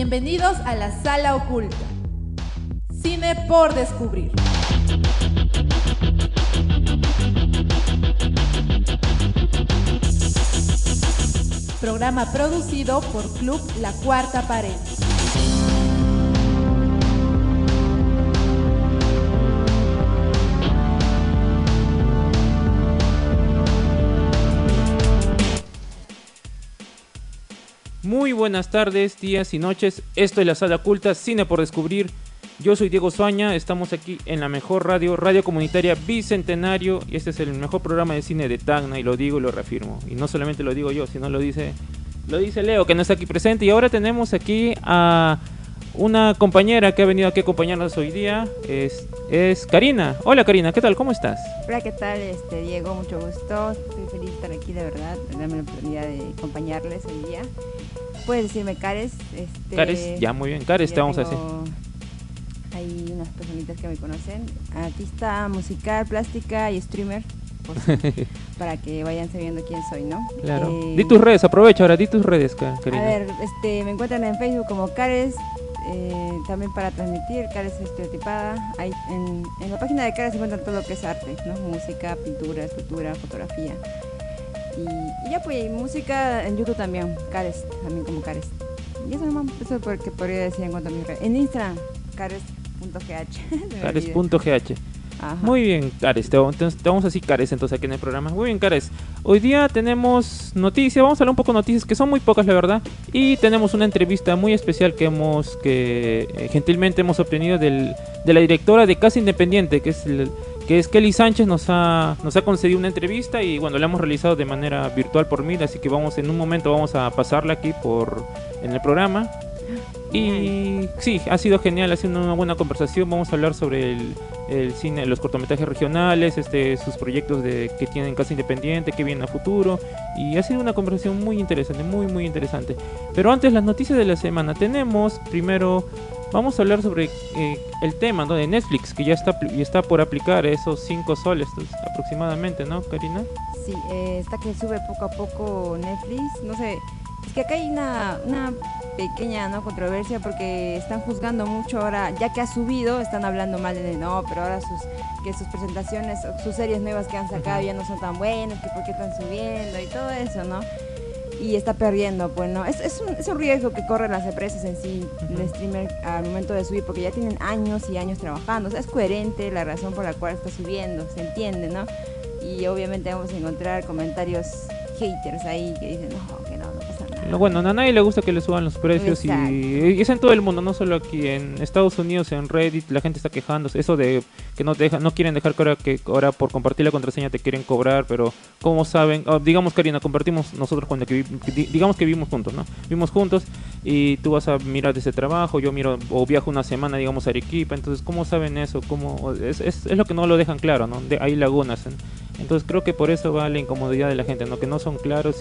Bienvenidos a la Sala Oculta. Cine por descubrir. Programa producido por Club La Cuarta Pared. Muy buenas tardes, días y noches. Esto es la Sala Oculta, Cine por Descubrir. Yo soy Diego Suaña, estamos aquí en la mejor radio comunitaria Bicentenario. Y este es el mejor programa de cine de Tacna, y lo digo y lo reafirmo. Y no solamente lo digo yo, sino lo dice Leo, que no está aquí presente. Y ahora tenemos aquí a una compañera que ha venido aquí a acompañarnos hoy día. Es Karina. Hola Karina, ¿qué tal? ¿Cómo estás? Hola, ¿qué tal? Diego, mucho gusto. Estoy feliz de estar aquí, de verdad. Darme la oportunidad de acompañarles hoy día. Puedes decirme Cares. Cares, ya muy bien. Cares, te vamos a decir. Hay unas personitas que me conocen. Artista musical, plástica y streamer. Para que vayan sabiendo quién soy, ¿no? Claro. Di tus redes, aprovecha ahora, di tus redes, Karina. A ver, me encuentran en Facebook como Cares. También para transmitir Cares Estereotipada. Ahí en la página de Cares se encuentran todo lo que es arte, ¿no? Música, pintura, escultura, fotografía. Y ya pues, música en YouTube también, Cares, también como Cares. Y eso nomás, eso es porque podría decir en cuanto a mis redes. En Instagram, cares.gh. Cares.gh. Ajá. Muy bien, Cares, te vamos a decir Cares entonces aquí en el programa. Muy bien, Cares. Hoy día tenemos noticias, vamos a hablar un poco de noticias que son muy pocas, la verdad. Y tenemos una entrevista muy especial que gentilmente hemos obtenido de la directora de Casa Independiente, que es Kelly Sánchez. Nos ha concedido una entrevista y bueno, la hemos realizado de manera virtual por Meet, así que en un momento vamos a pasarla aquí en el programa. Y sí, ha sido genial, ha sido una buena conversación. Vamos a hablar sobre el cine, los cortometrajes regionales, sus proyectos que tienen Casa Independiente, que viene a futuro. Y ha sido una conversación muy interesante, muy muy interesante. Pero antes, las noticias de la semana. Vamos a hablar sobre el tema, ¿no?, de Netflix, que ya está por aplicar esos 5 soles aproximadamente, ¿no, Karina? Sí, está que sube poco a poco Netflix. No sé, es que acá hay una pequeña, ¿no?, controversia, porque están juzgando mucho ahora, ya que ha subido, están hablando mal pero ahora sus presentaciones, sus series nuevas que han sacado ya no son tan buenas, que por qué están subiendo y todo eso, ¿no? Y está perdiendo, pues, ¿no? Es un riesgo que corren las empresas en sí, el streamer al momento de subir, porque ya tienen años y años trabajando. O sea, es coherente la razón por la cual está subiendo, se entiende, ¿no? Y obviamente vamos a encontrar comentarios haters ahí que dicen, no, que no pasa nada. Bueno, a nadie le gusta que le suban los precios. Y es en todo el mundo, no solo aquí. En Estados Unidos, en Reddit, la gente está quejándose. Eso de que no quieren dejar que ahora por compartir la contraseña te quieren cobrar. Pero, ¿cómo saben? Digamos, Karina, compartimos nosotros digamos que vivimos juntos, ¿no? Vivimos juntos y tú vas a mirar ese trabajo, yo miro o viajo una semana, digamos, a Arequipa. Entonces, ¿cómo saben eso? Es lo que no lo dejan claro, ¿no? Hay lagunas. Entonces, creo que por eso va la incomodidad de la gente, ¿no? Que no son claros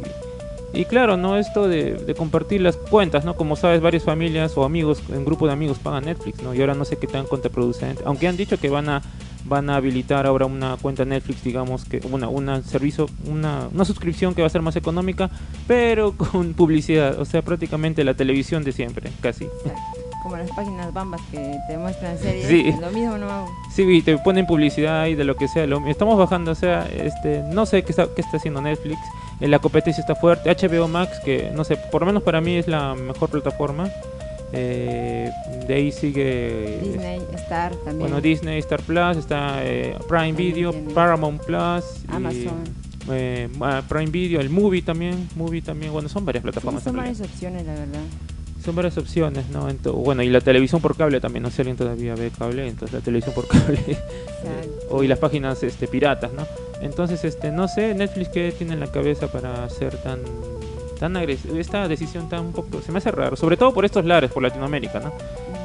y claro, ¿no? Esto de compartir las cuentas, ¿no? Como sabes, varias familias o amigos, en grupo de amigos pagan Netflix, ¿no? Y ahora no sé qué tan contraproducente. Aunque han dicho que van a habilitar ahora una cuenta Netflix, digamos, que una servicio, una suscripción que va a ser más económica, pero con publicidad. O sea, prácticamente la televisión de siempre, casi. Como las páginas bambas que te muestran series, sí. Lo mismo no. Sí, te ponen publicidad y de lo que sea. Estamos bajando, o sea, no sé qué está haciendo Netflix. La competencia está fuerte. HBO Max, que no sé, por lo menos para mí es la mejor plataforma. De ahí sigue Disney, Star también. Bueno, Disney, Star Plus, está Prime Video, Paramount Plus, Amazon. Prime Video, el Movie también. Bueno, son varias plataformas. Sí, son varias opciones, la verdad. Son varias opciones, ¿no? Bueno, y la televisión por cable también, no sé si alguien todavía ve cable, entonces la televisión por cable. Y las páginas piratas, ¿no? Entonces, no sé, Netflix, ¿qué tiene en la cabeza para hacer tan agresivo? Esta decisión tan un poco, se me hace raro, sobre todo por estos lares, por Latinoamérica, ¿no?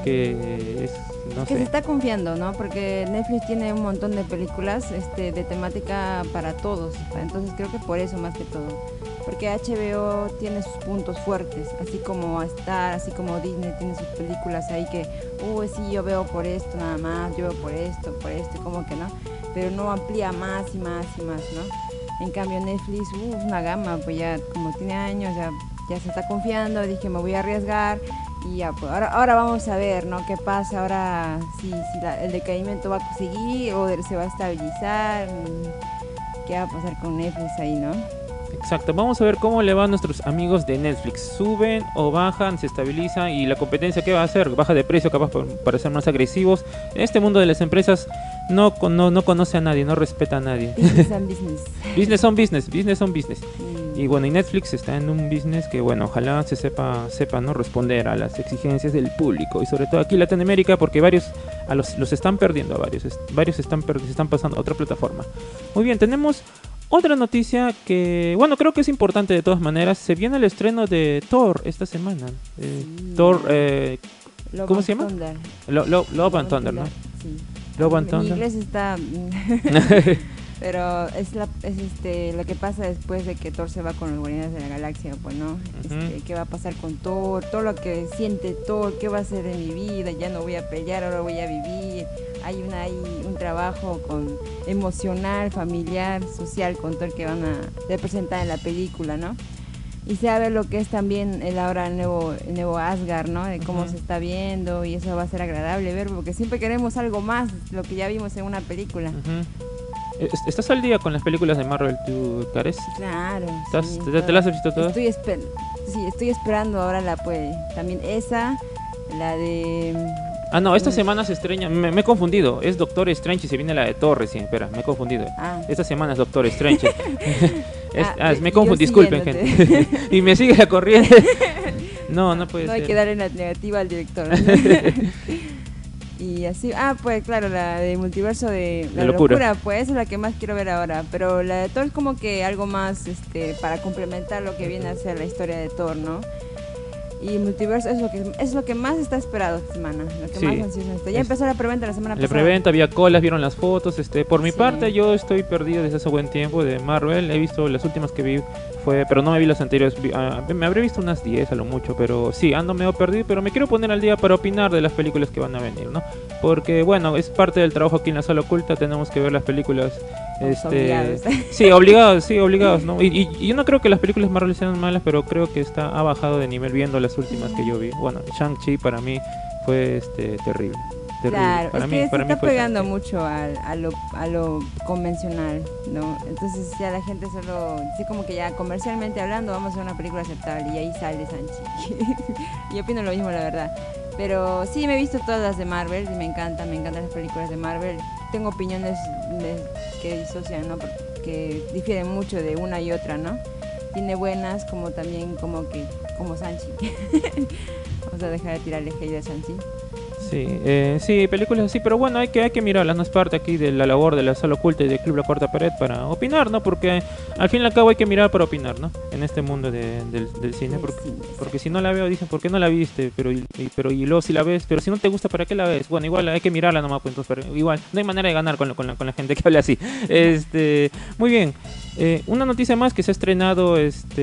Que se está confiando, ¿no? Porque Netflix tiene un montón de películas de temática para todos, entonces creo que por eso más que todo. Porque HBO tiene sus puntos fuertes, así como Star, así como Disney tiene sus películas ahí que, sí, yo veo por esto nada más, yo veo por esto, como que no, pero no amplía más y más y más, ¿no? En cambio Netflix, es una gama, pues ya como tiene años, ya se está confiando, dije me voy a arriesgar Y ya, pues ahora vamos a ver, ¿no? ¿Qué pasa? Ahora si el decaimiento va a seguir o se va a estabilizar. ¿Qué va a pasar con Netflix ahí, no? Exacto, vamos a ver cómo le va a nuestros amigos de Netflix. ¿Suben o bajan? ¿Se estabilizan? ¿Y la competencia qué va a hacer? ¿Baja de precio capaz para ser más agresivos? En este mundo de las empresas no conoce a nadie, no respeta a nadie. Business and business. Business on business, business on business. Y bueno, y Netflix está en un business que, bueno, ojalá sepa no responder a las exigencias del público. Y sobre todo aquí en Latinoamérica, porque varios los están perdiendo a varios. Varios se están pasando a otra plataforma. Muy bien, tenemos otra noticia que, bueno, creo que es importante de todas maneras. Se viene el estreno de Thor esta semana. Thor, ¿cómo se llama? Love and Thunder, ¿no? Sí. Love and Thunder. Mi inglés está... Pero es lo que pasa después de que Thor se va con los Guardianes de la Galaxia, pues, ¿no? ¿Qué va a pasar con Thor? Todo lo que siente Thor, ¿qué va a hacer de mi vida? Ya no voy a pelear, ahora voy a vivir. Hay un trabajo emocional, familiar, social con Thor que van a representar en la película, ¿no? Y se va a ver lo que es también el nuevo Asgard, ¿no? De cómo se está viendo, y eso va a ser agradable ver, porque siempre queremos algo más, lo que ya vimos en una película. ¿Estás al día con las películas de Marvel, tú, Cares? Claro. Sí, ¿Te las has visto todas? Estoy esperando ahora también esa, la de... Ah, no, esta semana se estrena, me he confundido, es Doctor Strange y se viene la de Thor recién, espera, me he confundido. Esta semana es Doctor Strange. Me confundí, disculpen, gente. Y me sigue la corriente. No puede ser. No hay que darle la negativa al director. Y así, pues claro, la de Multiverso de la locura, pues esa es la que más quiero ver ahora. Pero la de Thor es como que algo más para complementar lo que viene a ser la historia de Thor, ¿no? Y Multiverso es lo que más está esperado esta semana, lo que más ansioso está. Ya empezó la preventa la semana pasada. La preventa, había colas, vieron las fotos. Por mi parte, yo estoy perdido desde hace buen tiempo de Marvel. He visto las últimas que vi, pero no me vi las anteriores. Me habré visto unas 10 a lo mucho, pero sí, ando medio perdido. Pero me quiero poner al día para opinar de las películas que van a venir, ¿no? Porque, bueno, es parte del trabajo aquí en la Sala Oculta. Tenemos que ver las películas. Obligados. Sí, obligados, ¿no? Y yo no creo que las películas Marvel sean malas, pero creo que ha bajado de nivel viendo las últimas que yo vi. Bueno, Shang-Chi para mí fue terrible. Claro, para es mí, que para se mí está fue pegando Shang-Chi. mucho a lo convencional, ¿no? Entonces ya la gente solo dice como que ya comercialmente hablando vamos a hacer una película aceptable y ahí sale Shang-Chi. Yo opino lo mismo, la verdad. Pero sí, me he visto todas las de Marvel y me encantan las películas de Marvel. Tengo opiniones que disocian, ¿no? Porque difieren mucho de una y otra, ¿no? Tiene buenas como también como Shang-Chi. Vamos a dejar de tirarle hate a Shang-Chi. Sí, películas así, pero bueno, hay que mirarlas, no es parte aquí de la labor de la Sala Oculta y del Club La Cuarta Pared para opinar, ¿no? Porque al fin y al cabo hay que mirar para opinar, ¿no? En este mundo del cine, porque si no la veo dicen, ¿por qué no la viste? Pero luego si la ves, pero si no te gusta, ¿para qué la ves? Bueno, igual hay que mirarla nomás, pues entonces, pero igual, no hay manera de ganar con la gente que habla así. Muy bien, una noticia más que se ha estrenado,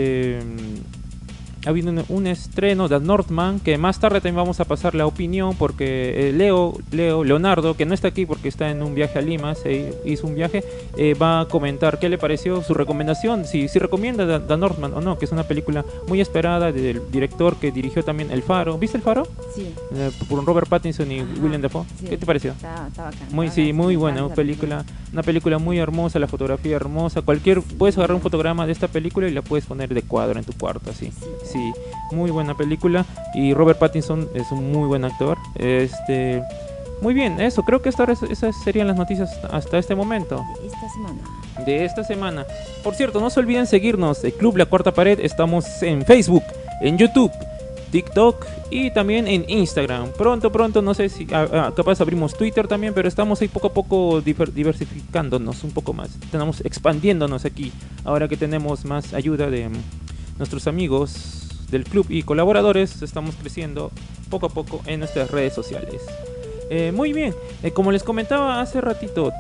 ha habido un estreno de Northman, que más tarde también vamos a pasar la opinión, porque Leonardo, que no está aquí porque está en un viaje a Lima, se hizo un viaje, va a comentar qué le pareció, su recomendación, si recomienda The Northman o no, que es una película muy esperada del director que dirigió también El Faro. ¿Viste El Faro? Sí. Por Robert Pattinson y Willem Dafoe. Sí. ¿Qué te pareció? Está bacán. Muy buena, una película muy hermosa, la fotografía hermosa. Puedes agarrar un fotograma de esta película y la puedes poner de cuadro en tu cuarto, así. Sí, muy buena película. Y Robert Pattinson es un muy buen actor. Muy bien, eso, creo que esas serían las noticias hasta este momento. De esta semana. Por cierto, no se olviden seguirnos, el Club La Cuarta Pared. Estamos en Facebook, en YouTube, TikTok y también en Instagram. Pronto, no sé si capaz abrimos Twitter también, pero estamos ahí poco a poco diversificándonos un poco más. Estamos expandiéndonos aquí, ahora que tenemos más ayuda de nuestros amigos del club y colaboradores. Estamos creciendo poco a poco en nuestras redes sociales. Muy bien, como les comentaba hace ratito,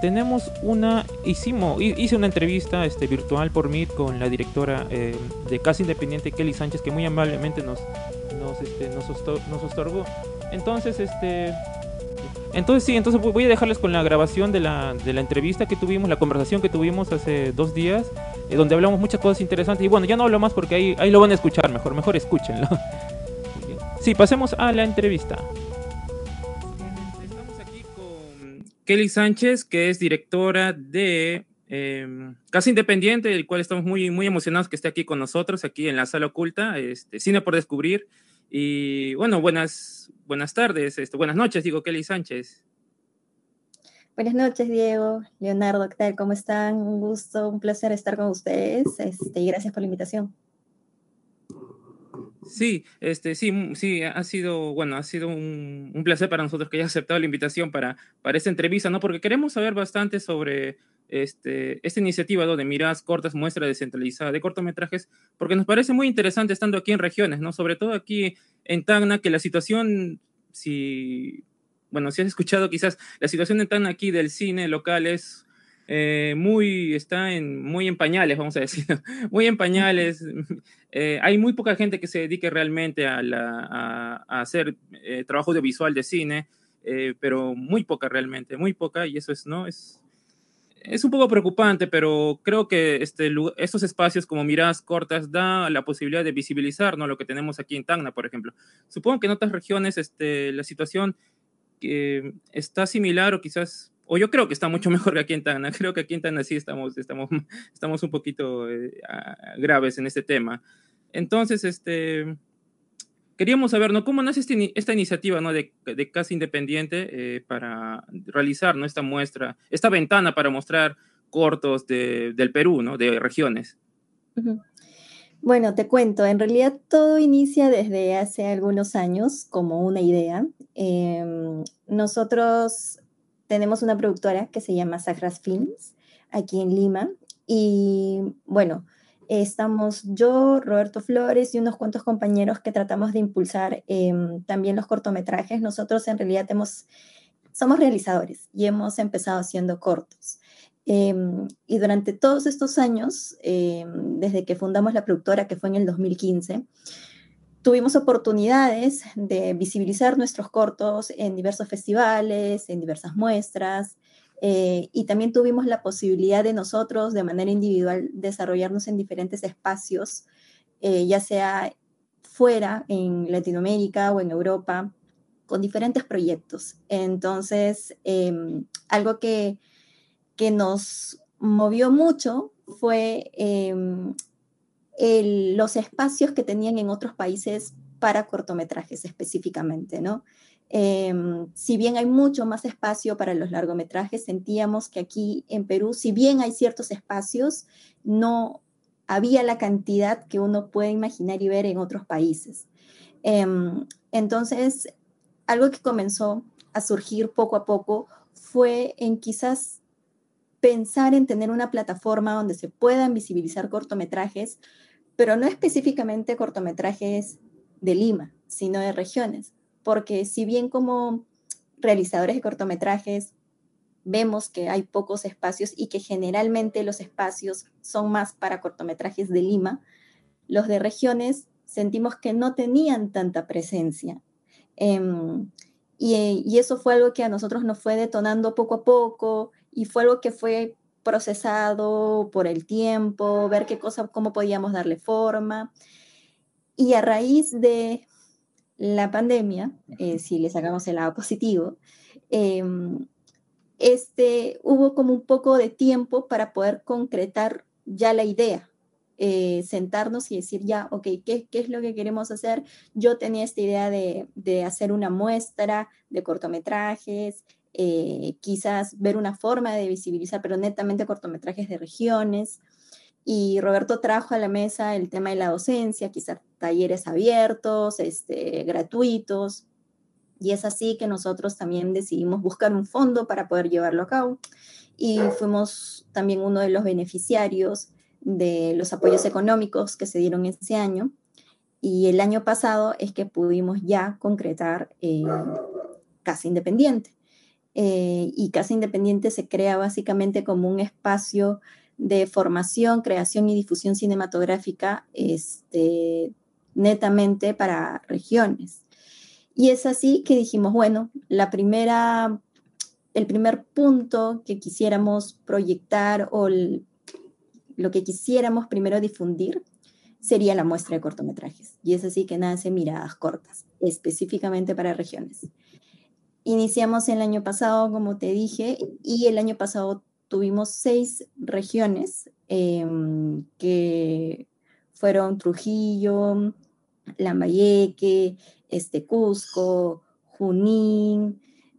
hice una entrevista virtual por Meet con la directora de Casa Independiente, Kelly Sánchez, que muy amablemente nos otorgó. Entonces voy a dejarles con la grabación de la entrevista que tuvimos, la conversación que tuvimos hace 2 días, donde hablamos muchas cosas interesantes. Y bueno, ya no hablo más porque ahí lo van a escuchar mejor escúchenlo. Muy bien. Sí, pasemos a la entrevista. Estamos aquí con Kelly Sánchez, que es directora de Casa Independiente, del cual estamos muy emocionados que esté aquí con nosotros, aquí en la Sala Oculta, Cine por Descubrir. Y bueno, buenas tardes, buenas noches, digo, Kelly Sánchez. Buenas noches, Diego, Leonardo, ¿qué tal? ¿Cómo están? Un gusto, un placer estar con ustedes y gracias por la invitación. Sí, sí, ha sido un placer para nosotros que hayas aceptado la invitación para esta entrevista, ¿no? Porque queremos saber bastante sobre esta iniciativa, ¿no? De miradas cortas, muestra descentralizada de cortometrajes, porque nos parece muy interesante estando aquí en regiones, ¿no? Sobre todo aquí en Tacna, que la situación, si has escuchado quizás, la situación en Tacna aquí del cine local es muy en pañales, vamos a decir, muy en pañales. Hay muy poca gente que se dedique realmente a hacer trabajo audiovisual de cine, pero muy poca realmente, muy poca, y eso ¿no? Es un poco preocupante, pero creo que estos espacios como miradas cortas da la posibilidad de visibilizar, ¿no? Lo que tenemos aquí en Tacna, por ejemplo. Supongo que en otras regiones la situación está similar o quizás, o yo creo que está mucho mejor que aquí en Tacna. Creo que aquí en Tacna sí estamos un poquito graves en este tema. Entonces, queríamos saber, ¿no? ¿Cómo nace esta iniciativa, ¿no? de Casa Independiente para realizar, ¿no? Esta muestra, esta ventana para mostrar cortos del Perú, ¿no? De regiones. Bueno, te cuento, en realidad todo inicia desde hace algunos años como una idea. Nosotros tenemos una productora que se llama Sacras Films aquí en Lima y bueno, estamos yo, Roberto Flores y unos cuantos compañeros que tratamos de impulsar también los cortometrajes. Nosotros en realidad somos realizadores y hemos empezado haciendo cortos. Y durante todos estos años, desde que fundamos la productora, que fue en el 2015, tuvimos oportunidades de visibilizar nuestros cortos en diversos festivales, en diversas muestras, y también tuvimos la posibilidad de nosotros, de manera individual, desarrollarnos en diferentes espacios, ya sea fuera, en Latinoamérica o en Europa, con diferentes proyectos. Entonces, algo que nos movió mucho fue los espacios que tenían en otros países para cortometrajes específicamente, ¿no? Si bien hay mucho más espacio para los largometrajes, sentíamos que aquí en Perú, si bien hay ciertos espacios, no había la cantidad que uno puede imaginar y ver en otros países. Entonces, algo que comenzó a surgir poco a poco fue en quizás pensar en tener una plataforma donde se puedan visibilizar cortometrajes, pero no específicamente cortometrajes de Lima, sino de regiones, porque si bien como realizadores de cortometrajes vemos que hay pocos espacios y que generalmente los espacios son más para cortometrajes de Lima, los de regiones sentimos que no tenían tanta presencia. Y eso fue algo que a nosotros nos fue detonando poco a poco y fue algo que fue procesado por el tiempo, ver cómo podíamos darle forma. Y a raíz de la pandemia, si le sacamos el lado positivo, hubo como un poco de tiempo para poder concretar ya la idea, sentarnos y decir ya, ok, ¿qué es lo que queremos hacer? Yo tenía esta idea de hacer una muestra de cortometrajes, quizás ver una forma de visibilizar, pero netamente cortometrajes de regiones. Y Roberto trajo a la mesa el tema de la docencia, quizás talleres abiertos, gratuitos. Y es así que nosotros también decidimos buscar un fondo para poder llevarlo a cabo. Y fuimos también uno de los beneficiarios de los apoyos económicos que se dieron ese año. Y el año pasado es que pudimos ya concretar Casa Independiente. Y Casa Independiente se crea básicamente como un espacio de formación, creación y difusión cinematográfica netamente para regiones. Y es así que dijimos, bueno, el primer punto que quisiéramos proyectar o lo que quisiéramos primero difundir sería la muestra de cortometrajes. Y es así que nace Miradas Cortas, específicamente para regiones. Iniciamos el año pasado, como te dije, y el año pasado tuvimos 6 regiones que fueron Trujillo, Lambayeque, Cusco, Junín.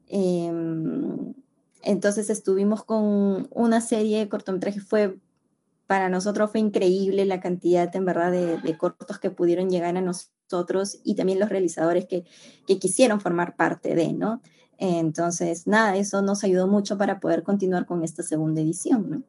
Entonces estuvimos con una serie de cortometrajes. Para nosotros fue increíble la cantidad, en verdad, de cortos que pudieron llegar a nosotros y también los realizadores que quisieron formar parte de, ¿no? Entonces, nada, eso nos ayudó mucho para poder continuar con esta segunda edición, ¿no?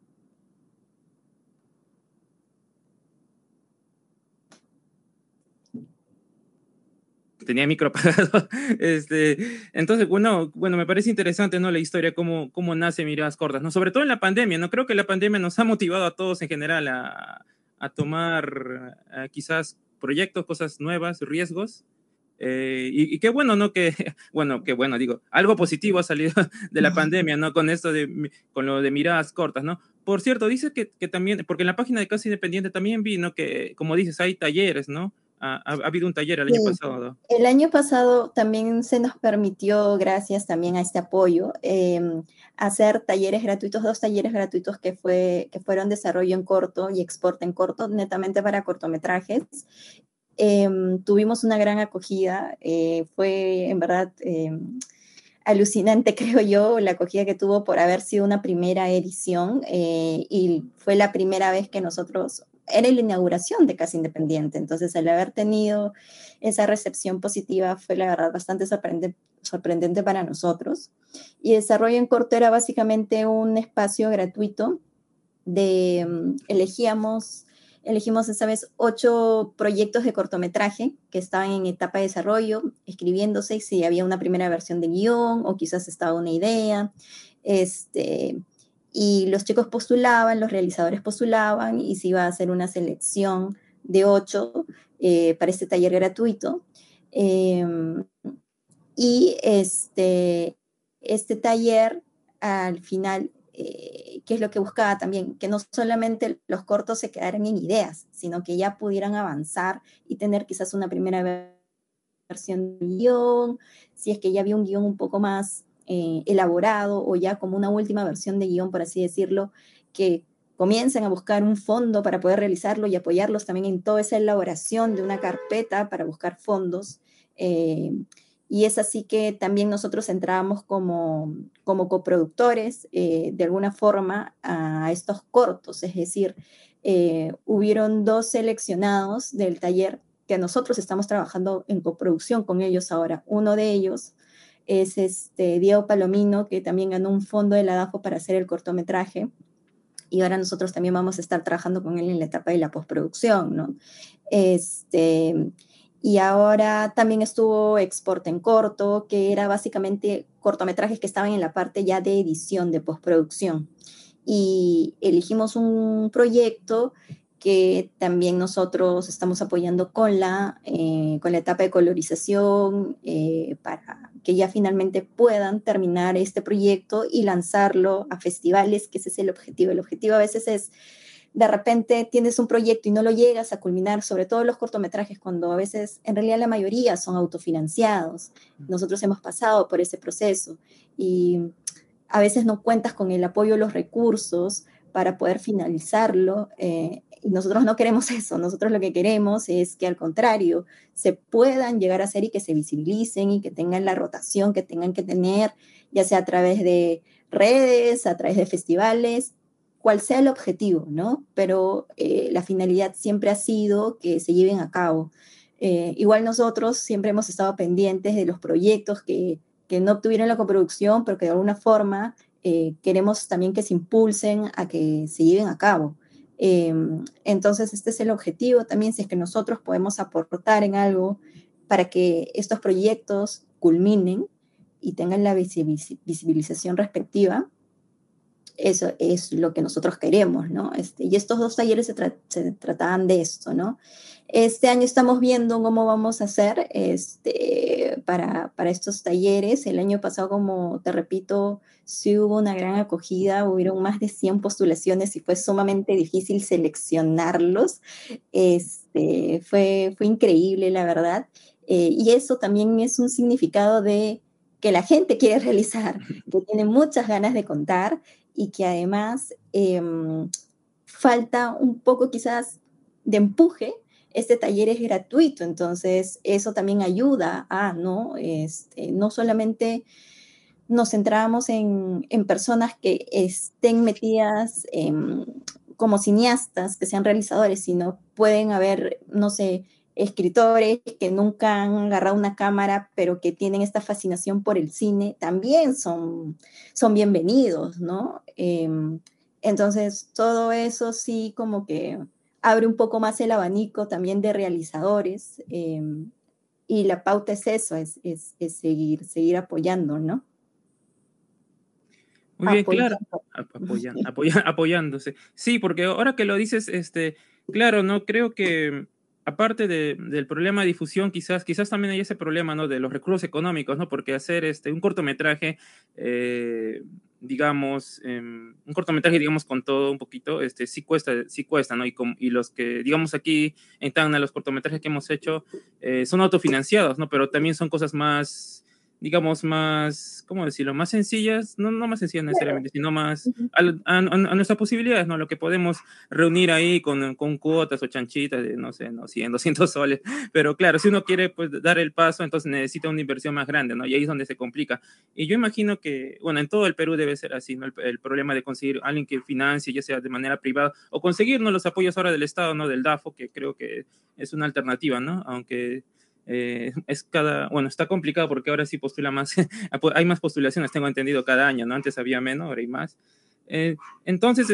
Tenía micro apagado. Entonces, bueno, me parece interesante, ¿no? La historia, cómo nace Miradas Cortas, ¿no? Sobre todo en la pandemia, ¿no? Creo que la pandemia nos ha motivado a todos en general a tomar quizás proyectos, cosas nuevas, riesgos. Y qué bueno, ¿no? Qué bueno, digo, algo positivo ha salido de la pandemia, ¿no? Con esto con lo de Miradas Cortas, ¿no? Por cierto, dice que también, porque en la página de Casa Independiente también vi, ¿no? Que, como dices, hay talleres, ¿no? Ha habido un taller el año pasado, ¿no? El año pasado también se nos permitió, gracias también a este apoyo, hacer talleres gratuitos, 2 talleres gratuitos que fueron desarrollo en corto y exporta en corto, netamente para cortometrajes. Tuvimos una gran acogida, fue en verdad alucinante, creo yo, la acogida que tuvo por haber sido una primera edición y fue la primera vez que nosotros, era la inauguración de Casa Independiente, entonces al haber tenido esa recepción positiva fue la verdad bastante sorprendente para nosotros. Y Desarrollo en Corto era básicamente un espacio gratuito elegimos esta vez 8 proyectos de cortometraje que estaban en etapa de desarrollo, escribiéndose, y si había una primera versión de guión o quizás estaba una idea. Y los chicos postulaban, los realizadores postulaban y se iba a hacer una selección de 8 para este taller gratuito. Y este taller al final, ¿qué es lo que buscaba también? Que no solamente los cortos se quedaran en ideas, sino que ya pudieran avanzar y tener quizás una primera versión de guión, si es que ya había un guión un poco más elaborado o ya como una última versión de guión, por así decirlo, que comiencen a buscar un fondo para poder realizarlo y apoyarlos también en toda esa elaboración de una carpeta para buscar fondos. Y es así que también nosotros entrábamos como coproductores de alguna forma a estos cortos, es decir, hubieron 2 seleccionados del taller que nosotros estamos trabajando en coproducción con ellos ahora. Uno de ellos es Diego Palomino, que también ganó un fondo de la DAFO para hacer el cortometraje, y ahora nosotros también vamos a estar trabajando con él en la etapa de la postproducción, ¿no? Y ahora también estuvo Exporta en Corto, que era básicamente cortometrajes que estaban en la parte ya de edición, de postproducción. Y elegimos un proyecto que también nosotros estamos apoyando con la etapa de colorización para que ya finalmente puedan terminar este proyecto y lanzarlo a festivales, que ese es el objetivo. El objetivo a veces es, de repente tienes un proyecto y no lo llegas a culminar, sobre todo los cortometrajes, cuando a veces, en realidad la mayoría son autofinanciados. Nosotros hemos pasado por ese proceso y a veces no cuentas con el apoyo de los recursos para poder finalizarlo. Y nosotros no queremos eso, nosotros lo que queremos es que al contrario, se puedan llegar a hacer y que se visibilicen y que tengan la rotación que tengan que tener, ya sea a través de redes, a través de festivales, cual sea el objetivo, ¿no? Pero la finalidad siempre ha sido que se lleven a cabo. Igual nosotros siempre hemos estado pendientes de los proyectos que no obtuvieron la coproducción, pero que de alguna forma queremos también que se impulsen a que se lleven a cabo. Entonces este es el objetivo también, si es que nosotros podemos aportar en algo para que estos proyectos culminen y tengan la visibilización respectiva. Eso es lo que nosotros queremos, ¿no? Y estos 2 talleres se trataban de esto, ¿no? Este año estamos viendo cómo vamos a hacer, para estos talleres. El año pasado, como te repito, sí hubo una gran acogida, hubieron más de 100 postulaciones y fue sumamente difícil seleccionarlos. Fue increíble, la verdad. Y eso también es un significado de que la gente quiere realizar, que tiene muchas ganas de contar y que además falta un poco quizás de empuje. Este taller es gratuito, entonces eso también ayuda a, ¿no? No solamente nos centramos en personas que estén metidas como cineastas, que sean realizadores, sino pueden haber, no sé, escritores que nunca han agarrado una cámara, pero que tienen esta fascinación por el cine, también son bienvenidos, ¿no? Entonces, todo eso sí como que abre un poco más el abanico también de realizadores, y la pauta es eso, es seguir apoyando, ¿no? Muy bien, claro. Apoyándose. Sí, porque ahora que lo dices, claro, no creo que aparte del problema de difusión, quizás también hay ese problema, ¿no? De los recursos económicos, ¿no? Porque hacer un cortometraje, digamos, un cortometraje, digamos, con todo un poquito, sí cuesta, ¿no? Y los que, digamos, aquí en Tacna, los cortometrajes que hemos hecho son autofinanciados, ¿no? Pero también son cosas más, digamos, más, ¿cómo decirlo? Más sencillas, no más sencillas necesariamente, sino más a nuestras posibilidades, ¿no? Lo que podemos reunir ahí con cuotas o chanchitas de, no sé, no 100, 200 soles. Pero claro, si uno quiere pues dar el paso, entonces necesita una inversión más grande, ¿no? Y ahí es donde se complica. Y yo imagino que, bueno, en todo el Perú debe ser así, ¿no? El problema de conseguir alguien que financie, ya sea de manera privada, o conseguir, ¿no? Los apoyos ahora del Estado, ¿no? Del DAFO, que creo que es una alternativa, ¿no? Aunque bueno, está complicado porque ahora sí postula más, hay más postulaciones, tengo entendido, cada año, ¿no? Antes había menos, ahora hay más. Entonces,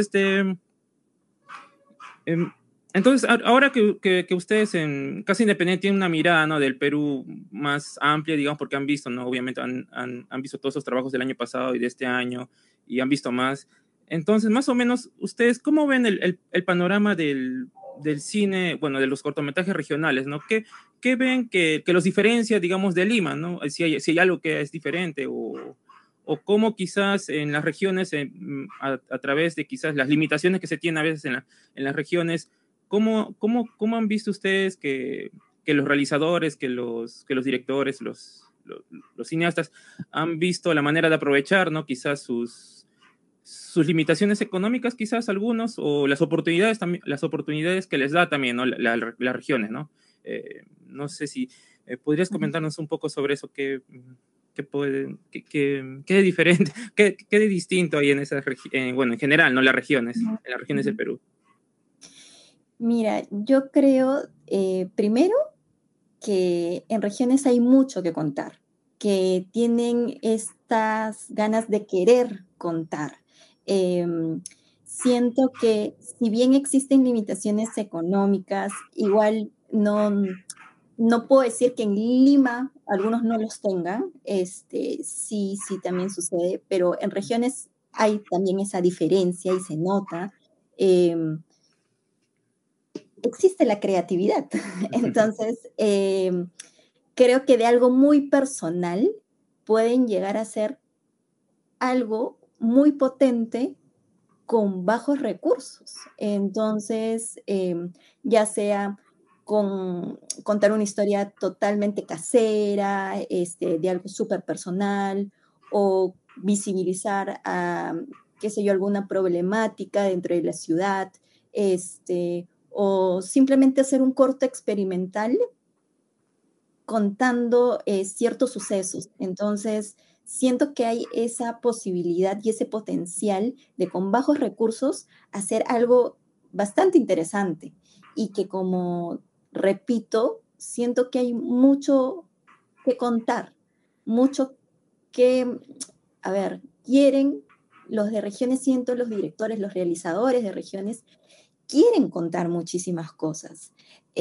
entonces, ahora que ustedes en Casa Independiente tienen una mirada, ¿no? Del Perú más amplia, digamos, porque han visto, ¿no? Obviamente han visto todos esos trabajos del año pasado y de este año y han visto más. Entonces, más o menos, ¿ustedes cómo ven el panorama del cine, bueno, de los cortometrajes regionales, ¿no? ¿Qué ven que los diferencia, digamos, de Lima, ¿no? Si hay algo que es diferente o cómo quizás en las regiones, a través de quizás las limitaciones que se tienen a veces en las regiones, ¿cómo han visto ustedes que los realizadores, que los directores, los cineastas han visto la manera de aprovechar, ¿no? Quizás sus limitaciones económicas, quizás algunos, o las oportunidades que les da también, ¿no? Las regiones, ¿no? No sé si podrías comentarnos un poco sobre eso, qué de diferente, qué de distinto hay en esas bueno, en general, ¿no? Las regiones, en las regiones del Perú. Mira, yo creo, primero, que en regiones hay mucho que contar, que tienen estas ganas de querer contar. Siento que si bien existen limitaciones económicas, igual no puedo decir que en Lima algunos no los tengan, sí también sucede, pero en regiones hay también esa diferencia y se nota. Existe la creatividad. Entonces, creo que de algo muy personal pueden llegar a ser algo muy potente con bajos recursos. Entonces, ya sea con contar una historia totalmente casera, de algo súper personal, o visibilizar a, qué sé yo, alguna problemática dentro de la ciudad, o simplemente hacer un corto experimental contando ciertos sucesos. Entonces, siento que hay esa posibilidad y ese potencial de con bajos recursos hacer algo bastante interesante y que, como repito, siento que hay mucho que contar, mucho que, a ver, quieren los de regiones, siento los directores, los realizadores de regiones, quieren contar muchísimas cosas.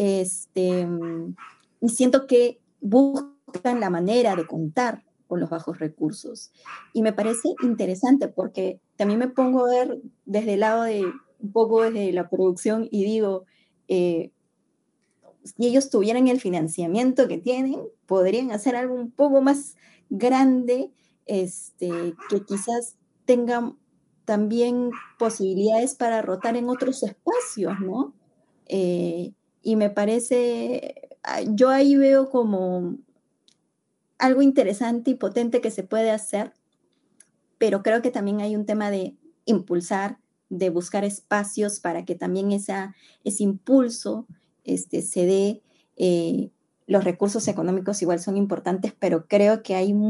Y siento que buscan la manera de contar con los bajos recursos. Y me parece interesante porque también me pongo a ver desde el lado de, un poco desde la producción y digo, si ellos tuvieran el financiamiento que tienen, podrían hacer algo un poco más grande, que quizás tengan también posibilidades para rotar en otros espacios, ¿no? Y me parece, yo ahí veo como algo interesante y potente que se puede hacer, pero creo que también hay un tema de impulsar, de buscar espacios para que también ese impulso se dé. Los recursos económicos igual son importantes, pero creo que hay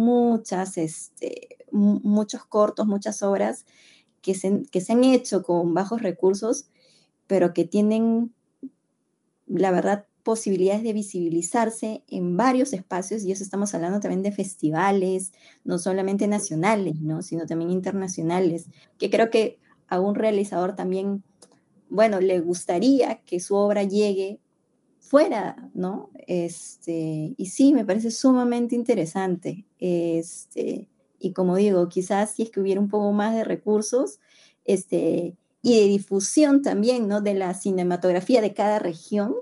muchos cortos, muchas obras que se han hecho con bajos recursos, pero que tienen, la verdad, posibilidades de visibilizarse en varios espacios, y eso estamos hablando también de festivales, no solamente nacionales, ¿no? Sino también internacionales, que creo que a un realizador también, bueno, le gustaría que su obra llegue fuera, ¿no? Y sí, me parece sumamente interesante. Y como digo, quizás si es que hubiera un poco más de recursos, y de difusión también, ¿no? De la cinematografía de cada región,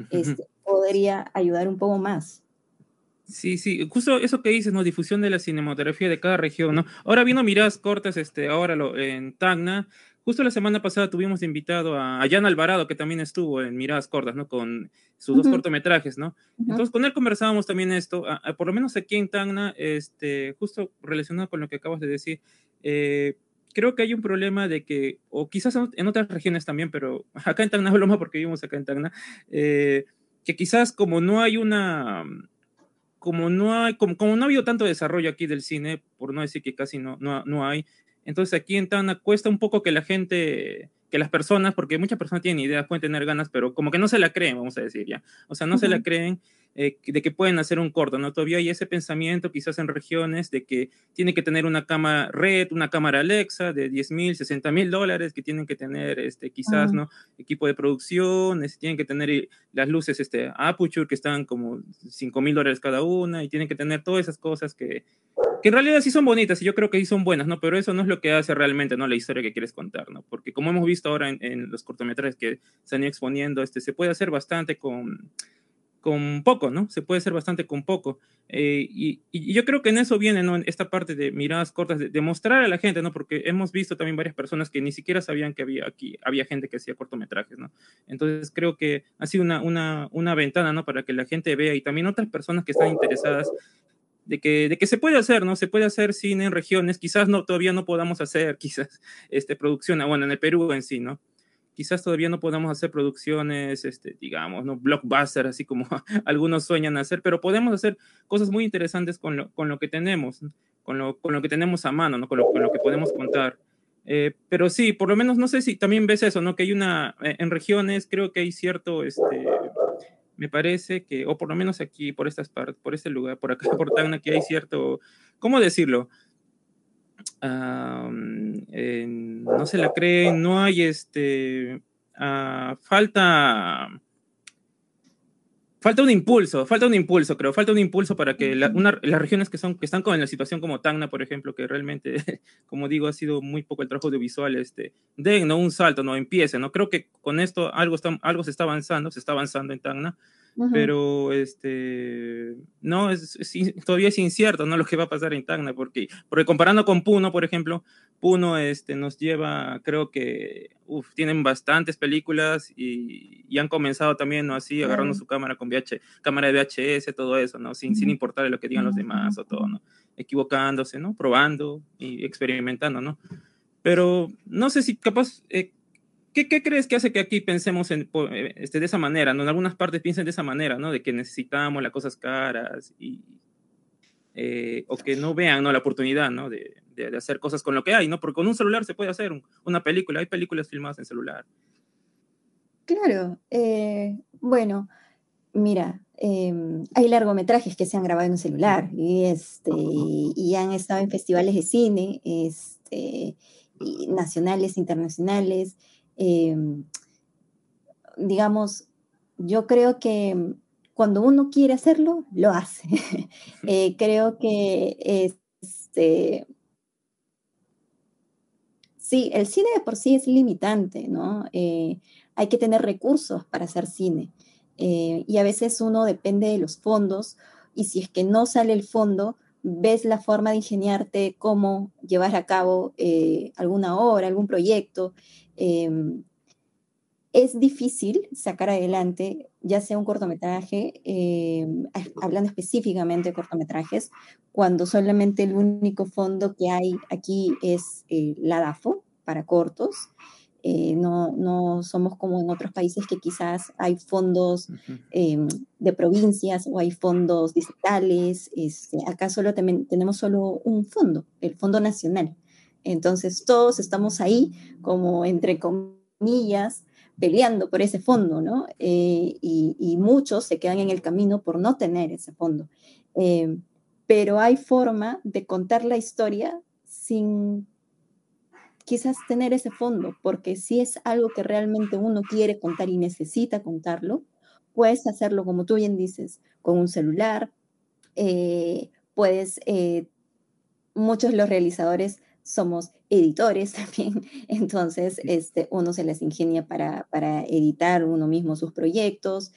podría ayudar un poco más. Sí, sí, justo eso que dices, ¿no? Difusión de la cinematografía de cada región, ¿no? Ahora viendo miradas cortas, ahora en Tacna, justo la semana pasada tuvimos de invitado a Jan Alvarado, que también estuvo en Miradas Cortas, ¿no? Con sus dos cortometrajes, ¿no? Entonces con él conversábamos también esto, por lo menos aquí en Tacna, justo relacionado con lo que acabas de decir, creo que hay un problema de que, o quizás en otras regiones también, pero acá en Tacna hablo más porque vivimos acá en Tacna, que quizás como no hay una como no ha habido tanto desarrollo aquí del cine, por no decir que casi no hay, entonces aquí en Tacna cuesta un poco que la gente, que las personas, porque muchas personas tienen ideas, pueden tener ganas, pero como que no se la creen, vamos a decir ya. O sea, no se la creen de que pueden hacer un corto, ¿no? Todavía hay ese pensamiento quizás en regiones de que tiene que tener una cámara Red, una cámara Alexa de 10,000, 60,000 dólares, que tienen que tener quizás, ¿no? Equipo de producción, tienen que tener las luces Aputure que están como 5,000 dólares cada una, y tienen que tener todas esas cosas que en realidad sí son bonitas y yo creo que sí son buenas, ¿no? Pero eso no es lo que hace realmente, ¿no? La historia que quieres contar, ¿no? Porque como hemos visto ahora en los cortometrajes que se han ido exponiendo, se puede hacer bastante con poco, ¿no? Se puede hacer bastante con poco. Y yo creo que en eso viene, ¿no? En esta parte de miradas cortas, de mostrar a la gente, ¿no? Porque hemos visto también varias personas que ni siquiera sabían que había gente que hacía cortometrajes, ¿no? Entonces creo que ha sido una ventana, ¿no? Para que la gente vea, y también otras personas que están interesadas de que se puede hacer, ¿no? Se puede hacer cine en regiones, quizás todavía no podamos hacer, quizás, producción, bueno, en el Perú en sí, ¿no? Quizás todavía no podamos hacer producciones, digamos, ¿no? Blockbuster, así como algunos sueñan hacer, pero podemos hacer cosas muy interesantes con lo que tenemos, ¿no? con lo que tenemos a mano, ¿no? Con lo que podemos contar. Pero sí, por lo menos no sé si también ves eso, ¿no? Que hay en regiones creo que hay cierto, me parece que, o por lo menos aquí, por estas partes, por este lugar, por acá, por Tacna, que hay cierto, ¿cómo decirlo? No se la creen, no hay falta un impulso, creo, falta un impulso para que las regiones que están en la situación como Tacna, por ejemplo, que realmente, como digo, ha sido muy poco el trabajo audiovisual, den, ¿no? Un salto, ¿no? Empiecen, ¿no? Creo que con esto algo se está avanzando en Tacna, pero no, todavía es incierto, ¿no? Lo que va a pasar en Tacna, porque comparando con Puno, por ejemplo, Puno nos lleva, creo que, tienen bastantes películas y han comenzado también, ¿no? Así, agarrando su cámara cámara de VHS, todo eso, ¿no? Sin importar lo que digan los demás o todo, ¿no? Equivocándose, ¿no? Probando y experimentando, ¿no? Pero no sé si capaz, ¿qué crees que hace que aquí pensemos de esa manera, ¿no? En algunas partes piensen de esa manera, ¿no? De que necesitamos las cosas caras o que no vean, ¿no? La oportunidad, ¿no? De hacer cosas con lo que hay, ¿no? Porque con un celular se puede hacer una película, hay películas filmadas en celular. Claro, bueno, mira, hay largometrajes que se han grabado en un celular y han estado en festivales de cine y nacionales, internacionales. Digamos, yo creo que cuando uno quiere hacerlo, lo hace. Creo que sí, el cine de por sí es limitante, ¿no? Hay que tener recursos para hacer cine. Y a veces uno depende de los fondos, y si es que no sale el fondo, ves la forma de ingeniarte cómo llevar a cabo alguna obra, algún proyecto. Es difícil sacar adelante, ya sea un cortometraje, hablando específicamente de cortometrajes, cuando solamente el único fondo que hay aquí es la DAFO para cortos. No somos como en otros países que quizás hay fondos de provincias o hay fondos distritales. Acá solo tenemos solo un fondo, el Fondo Nacional. Entonces todos estamos ahí como entre comillas peleando por ese fondo, ¿no? Y muchos se quedan en el camino por no tener ese fondo. Pero hay forma de contar la historia sin quizás tener ese fondo, porque si es algo que realmente uno quiere contar y necesita contarlo, puedes hacerlo, como tú bien dices, con un celular, puedes muchos de los realizadores somos editores también, entonces uno se les ingenia para editar uno mismo sus proyectos.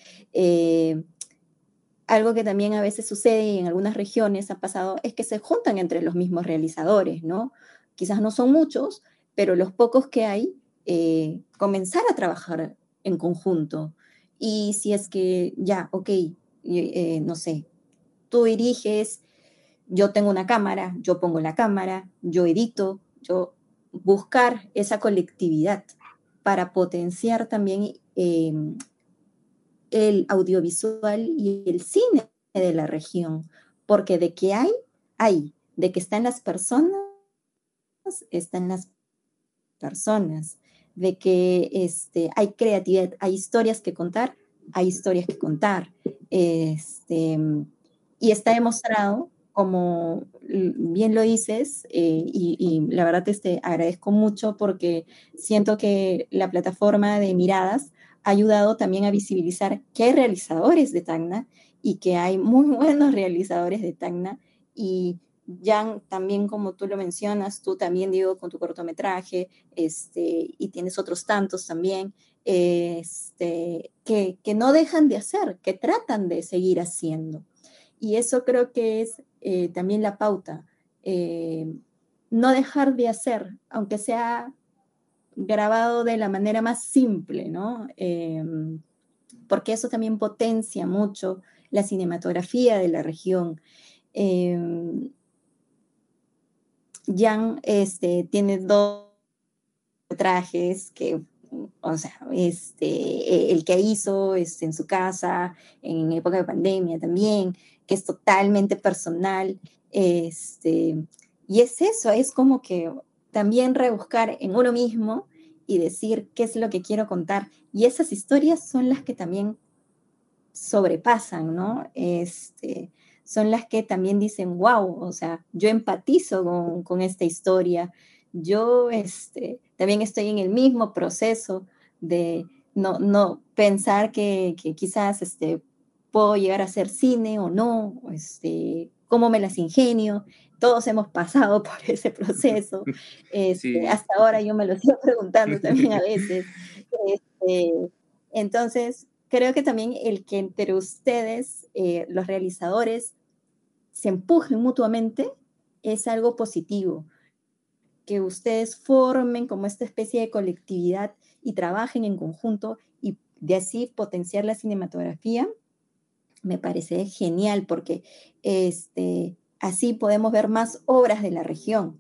Algo que también a veces sucede y en algunas regiones ha pasado es que se juntan entre los mismos realizadores, ¿no? Quizás no son muchos, pero los pocos que hay, comenzar a trabajar en conjunto. Y si es que ya, ok, no sé, tú diriges, yo tengo una cámara, yo pongo la cámara, yo edito, yo buscar esa colectividad para potenciar también el audiovisual y el cine de la región, porque de que hay, de que están las personas, de que hay creatividad, hay historias que contar, hay historias que contar. Y está demostrado, como bien lo dices, y la verdad agradezco mucho porque siento que la plataforma de Miradas ha ayudado también a visibilizar que hay realizadores de Tacna y que hay muy buenos realizadores de Tacna. Y Jan, también como tú lo mencionas, tú también, Diego, con tu cortometraje, y tienes otros tantos también, que no dejan de hacer, que tratan de seguir haciendo. Y eso creo que es también la pauta. No dejar de hacer, aunque sea grabado de la manera más simple, ¿no? Porque eso también potencia mucho la cinematografía de la región. Jan tiene dos trajes que, o sea, el que hizo en su casa en época de pandemia también, que es totalmente personal. Y es eso, es como que también rebuscar en uno mismo y decir qué es lo que quiero contar. Y esas historias son las que también sobrepasan, ¿no? Son las que también dicen, wow, o sea, yo empatizo con esta historia, yo también estoy en el mismo proceso de no pensar que quizás puedo llegar a hacer cine o no, cómo me las ingenio, todos hemos pasado por ese proceso, Sí. hasta ahora yo me lo sigo preguntando también a veces. Este, entonces, creo que también el que entre ustedes, los realizadores, se empujen mutuamente es algo positivo. Que ustedes formen como esta especie de colectividad y trabajen en conjunto y de así potenciar la cinematografía, me parece genial porque así podemos ver más obras de la región.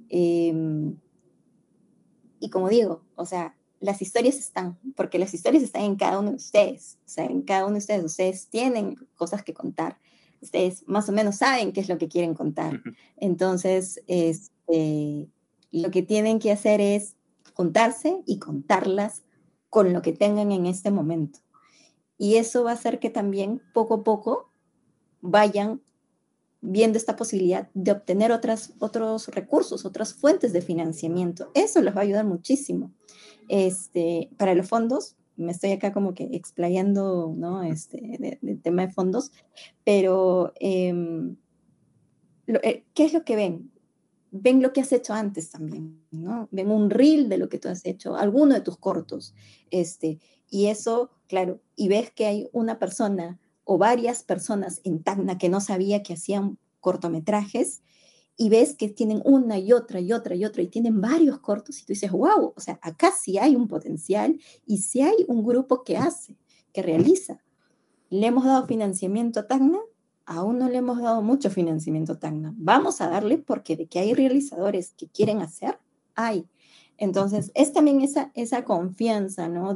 Y como digo, o sea, las historias están, porque las historias están en cada uno de ustedes, o sea, en cada uno de ustedes tienen cosas que contar, ustedes más o menos saben qué es lo que quieren contar. Entonces, lo que tienen que hacer es juntarse y contarlas con lo que tengan en este momento. Y eso va a hacer que también poco a poco vayan viendo esta posibilidad de obtener otros recursos, otras fuentes de financiamiento. Eso les va a ayudar muchísimo. Para los fondos, me estoy acá como que explayando, ¿no? del tema de fondos, pero ¿qué es lo que ven? Ven lo que has hecho antes también, ¿no? Ven un reel de lo que tú has hecho, alguno de tus cortos, Y eso, claro, y ves que hay una persona o varias personas en Tacna que no sabía que hacían cortometrajes, y ves que tienen una y otra y otra y otra, y tienen varios cortos, y tú dices, wow, o sea, acá sí hay un potencial, y sí hay un grupo que hace, que realiza. ¿Le hemos dado financiamiento a Tacna? Aún no le hemos dado mucho financiamiento a Tacna. Vamos a darle, porque de que hay realizadores que quieren hacer, hay. Entonces, es también esa confianza, ¿no?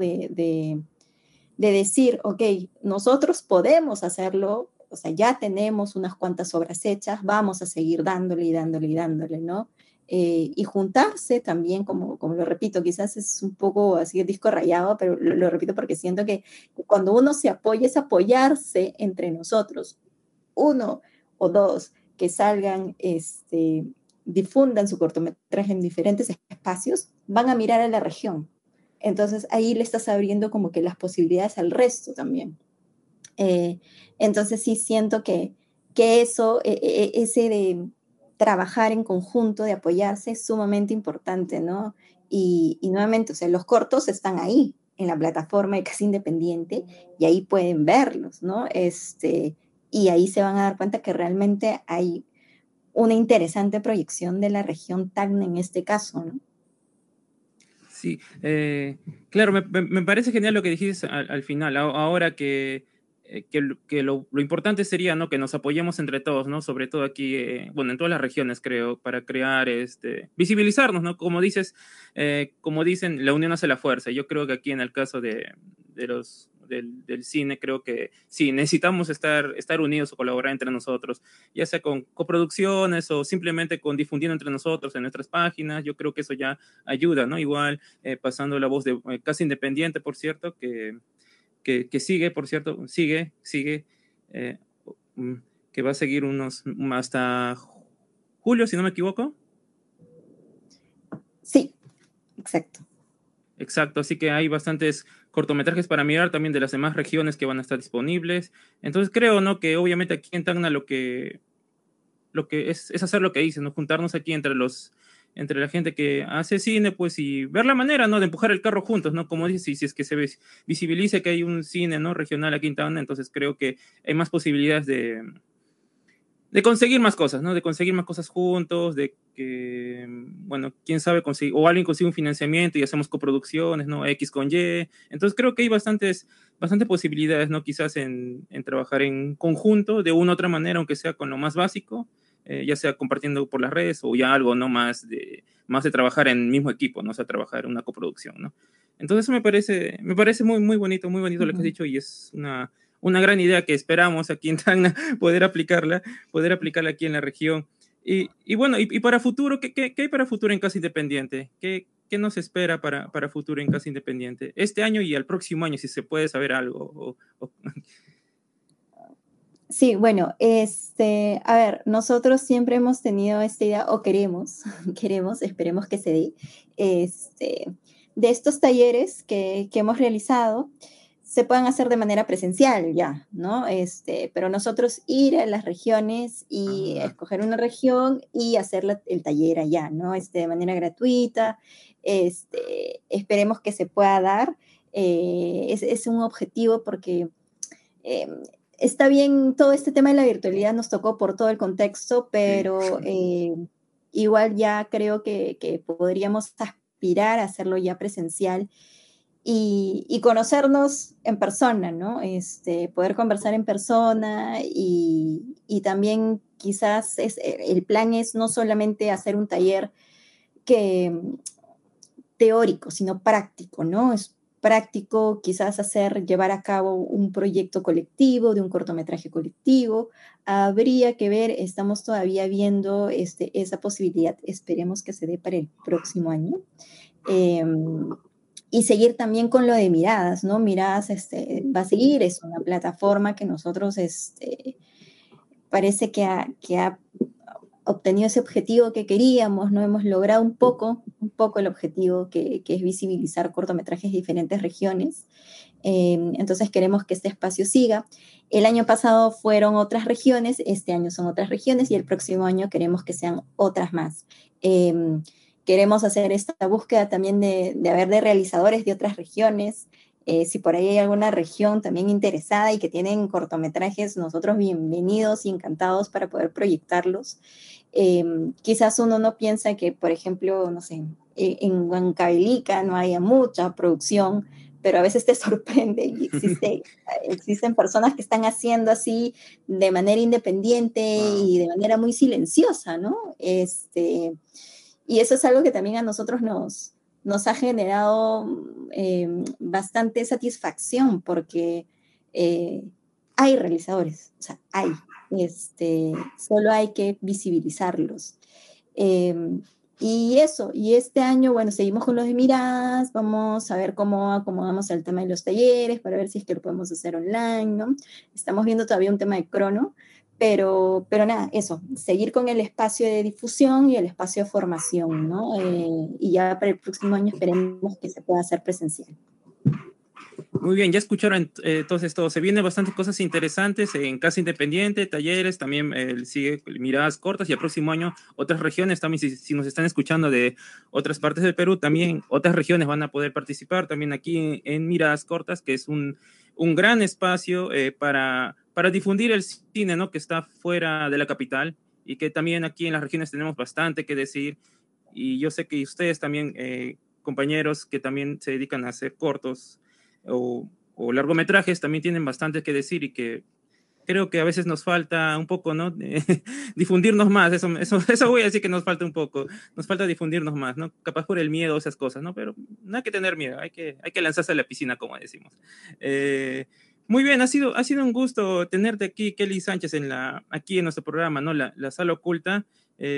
De decir, ok, nosotros podemos hacerlo, o sea, ya tenemos unas cuantas obras hechas, vamos a seguir dándole y dándole y dándole, ¿no? Y juntarse también, como lo repito, quizás es un poco así el disco rayado, pero lo repito porque siento que cuando uno se apoya es apoyarse entre nosotros, uno o dos que salgan, difundan su cortometraje en diferentes espacios, van a mirar a la región. Entonces ahí le estás abriendo como que las posibilidades al resto también. Entonces sí siento que eso, ese de trabajar en conjunto, de apoyarse, es sumamente importante, ¿no? Y nuevamente, o sea, los cortos están ahí, en la plataforma de Casi Independiente, y ahí pueden verlos, ¿no? Y ahí se van a dar cuenta que realmente hay una interesante proyección de la región Tacna en este caso, ¿no? Sí, claro, me parece genial lo que dijiste al final. Ahora que lo importante sería, ¿no? Que nos apoyemos entre todos, ¿no? Sobre todo aquí, bueno, en todas las regiones, creo, para crear, visibilizarnos, ¿no? Como dices, como dicen, la unión hace la fuerza. Yo creo que aquí en el caso del cine, creo que sí, necesitamos estar unidos o colaborar entre nosotros, ya sea con coproducciones o simplemente con difundiendo entre nosotros en nuestras páginas. Yo creo que eso ya ayuda, ¿no? Igual, pasando la voz de Casi Independiente, por cierto, que sigue, por cierto, sigue, eh, que va a seguir hasta julio, si no me equivoco. Sí, exacto. Exacto, así que hay bastantes cortometrajes para mirar también de las demás regiones que van a estar disponibles. Entonces creo, ¿no? Que obviamente aquí en Tacna lo que es hacer lo que dices, ¿no? Juntarnos aquí entre la gente que hace cine, pues, y ver la manera, ¿no? De empujar el carro juntos, ¿no? Como dices, si es que se visibiliza que hay un cine, ¿no? Regional aquí en Tacna, entonces creo que hay más posibilidades de conseguir más cosas, ¿no? De conseguir más cosas juntos, de que, bueno, quién sabe, o alguien consigue un financiamiento y hacemos coproducciones, ¿no? X con Y. Entonces creo que hay bastantes posibilidades, ¿no? Quizás en trabajar en conjunto de una u otra manera, aunque sea con lo más básico, ya sea compartiendo por las redes o ya algo, ¿no? Más de trabajar en el mismo equipo, ¿no? O sea, trabajar en una coproducción, ¿no? Entonces eso me parece muy, muy bonito lo que has dicho, y es una gran idea que esperamos aquí en Tacna poder aplicarla aquí en la región. Y bueno, y para futuro, ¿qué hay para futuro en Casa Independiente? ¿Qué nos espera para futuro en Casa Independiente? Este año y el próximo año, si se puede saber algo. Sí, bueno, a ver, nosotros siempre hemos tenido esta idea, o queremos, esperemos que se dé, de estos talleres que hemos realizado, se puedan hacer de manera presencial ya, ¿no? Pero nosotros ir a las regiones y escoger una región y hacer el taller allá, ¿no? De manera gratuita, esperemos que se pueda dar, es un objetivo porque eh, está bien, todo este tema de la virtualidad nos tocó por todo el contexto, pero igual ya creo que podríamos aspirar a hacerlo ya presencial y conocernos en persona, ¿no? Poder conversar en persona y también quizás el plan es no solamente hacer un taller que teórico, sino práctico, ¿no? Es práctico quizás llevar a cabo un proyecto colectivo, de un cortometraje colectivo. Habría que ver, estamos todavía viendo esa posibilidad, esperemos que se dé para el próximo año. Y seguir también con lo de Miradas, ¿no? Miradas va a seguir, es una plataforma que nosotros parece que ha obtenido ese objetivo que queríamos, ¿no? Hemos logrado un poco el objetivo que es visibilizar cortometrajes de diferentes regiones. Entonces queremos que este espacio siga. El año pasado fueron otras regiones, este año son otras regiones y el próximo año queremos que sean otras más. Queremos hacer esta búsqueda también de realizadores de otras regiones, Si por ahí hay alguna región también interesada y que tienen cortometrajes, nosotros bienvenidos y encantados para poder proyectarlos. Quizás uno no piensa que, por ejemplo, no sé, en Huancavelica no haya mucha producción, pero a veces te sorprende y existen personas que están haciendo así de manera independiente y de manera muy silenciosa, ¿no? Y eso es algo que también a nosotros nos ha generado bastante satisfacción porque hay realizadores, o sea, hay, solo hay que visibilizarlos. Y eso, y este año, bueno, seguimos con los de miradas, vamos a ver cómo acomodamos el tema de los talleres, para ver si es que lo podemos hacer online, ¿no? Estamos viendo todavía un tema de crono, pero nada, eso, seguir con el espacio de difusión y el espacio de formación, ¿no? Y ya para el próximo año esperemos que se pueda hacer presencial. Muy bien, ya escucharon entonces todo. Se vienen bastantes cosas interesantes en Casa Independiente, talleres, también sigue miradas cortas y el próximo año otras regiones también, si nos están escuchando de otras partes del Perú, también otras regiones van a poder participar también aquí en miradas cortas, que es un gran espacio para difundir el cine, ¿no? Que está fuera de la capital y que también aquí en las regiones tenemos bastante que decir. Y yo sé que ustedes también, compañeros que también se dedican a hacer cortos, o largometrajes también tienen bastante que decir y que creo que a veces nos falta un poco, ¿no? Difundirnos más, eso voy a decir que nos falta un poco, nos falta difundirnos más, ¿no? Capaz por el miedo, esas cosas, ¿no? Pero no hay que tener miedo, hay que lanzarse a la piscina, como decimos. Muy bien, ha sido un gusto tenerte aquí, Kelly Sánchez, aquí en nuestro programa, ¿no? La Sala Oculta.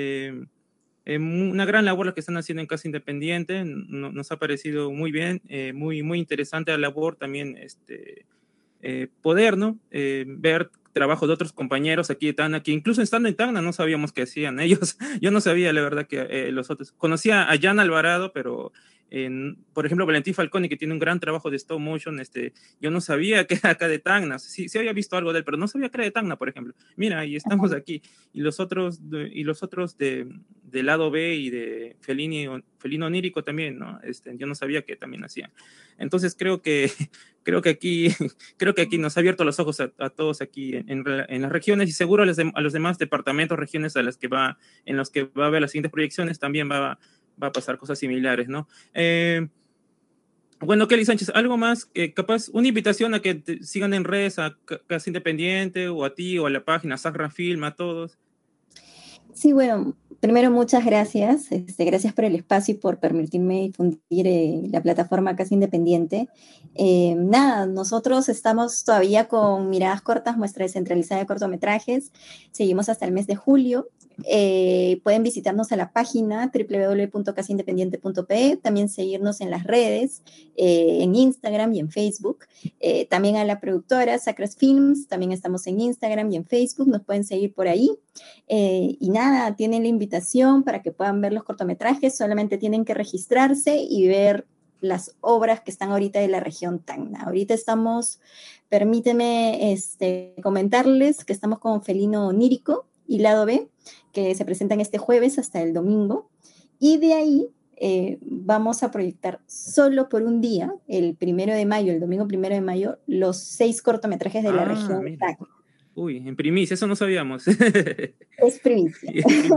Una gran labor la que están haciendo en Casa Independiente, nos ha parecido muy bien, muy, muy interesante la labor también, poder, ¿no? Ver trabajo de otros compañeros aquí de Tacna, que incluso estando en Tacna no sabíamos qué hacían ellos. Yo no sabía, la verdad, que los otros. Conocía a Jan Alvarado, pero por ejemplo, Valentín Falconi, que tiene un gran trabajo de stop motion, yo no sabía que era acá de Tacna. Sí había visto algo de él, pero no sabía que era de Tacna, por ejemplo. Mira, y estamos aquí. Y los otros del lado B y de Felino Onírico también, ¿no? Yo no sabía que también hacían. Entonces creo que aquí nos ha abierto los ojos a todos aquí en las regiones, y seguro a los demás departamentos, regiones en los que va a haber las siguientes proyecciones también va a pasar cosas similares, ¿no? Bueno, Kelly Sánchez, algo más, capaz una invitación a que te sigan en redes a Casa Independiente o a ti o a la página Sacra Film, a todos. Sí, bueno, primero muchas gracias. Gracias por el espacio y por permitirme difundir la plataforma Casa Independiente. Nada, nosotros estamos todavía con Miradas Cortas, muestra descentralizada de cortometrajes. Seguimos hasta el mes de julio. Pueden visitarnos a la página www.casaindependiente.pe, también seguirnos en las redes, en Instagram y en Facebook. También a la productora Sacras Films, también estamos en Instagram y en Facebook, nos pueden seguir por ahí. Y nada, tienen la invitación para que puedan ver los cortometrajes, solamente tienen que registrarse y ver las obras que están ahorita de la región Tacna. Ahorita estamos, permíteme comentarles que estamos con Felino Onírico y Lado B, que se presentan este jueves hasta el domingo, y de ahí vamos a proyectar solo por un día, el 1 de mayo, el domingo 1 de mayo, los 6 cortometrajes de la región Tacna. Uy, en primicia, eso no sabíamos. Es primicia.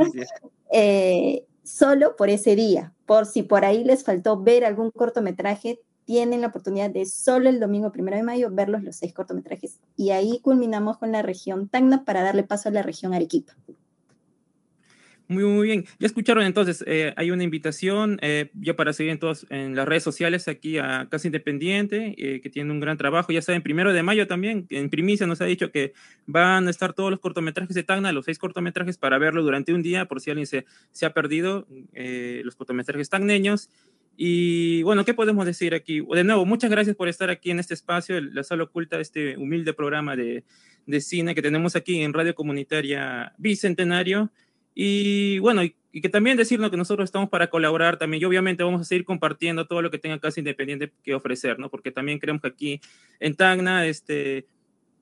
Solo por ese día, por si por ahí les faltó ver algún cortometraje, tienen la oportunidad de solo el domingo 1 de mayo verlos los 6 cortometrajes. Y ahí culminamos con la región Tacna para darle paso a la región Arequipa. Muy, muy bien. Ya escucharon entonces, hay una invitación ya para seguir en las redes sociales aquí a Casa Independiente, que tiene un gran trabajo. Ya saben, 1 de mayo también, en primicia nos ha dicho que van a estar todos los cortometrajes de Tacna, los 6 cortometrajes, para verlo durante un día, por si alguien se ha perdido los cortometrajes tacneños. Y bueno, ¿qué podemos decir aquí? De nuevo, muchas gracias por estar aquí en este espacio, la Sala Oculta, este humilde programa de cine que tenemos aquí en Radio Comunitaria Bicentenario. Y bueno, y que también decirnos que nosotros estamos para colaborar también, y obviamente vamos a seguir compartiendo todo lo que tenga Casa Independiente que ofrecer, ¿no? Porque también creemos que aquí en Tacna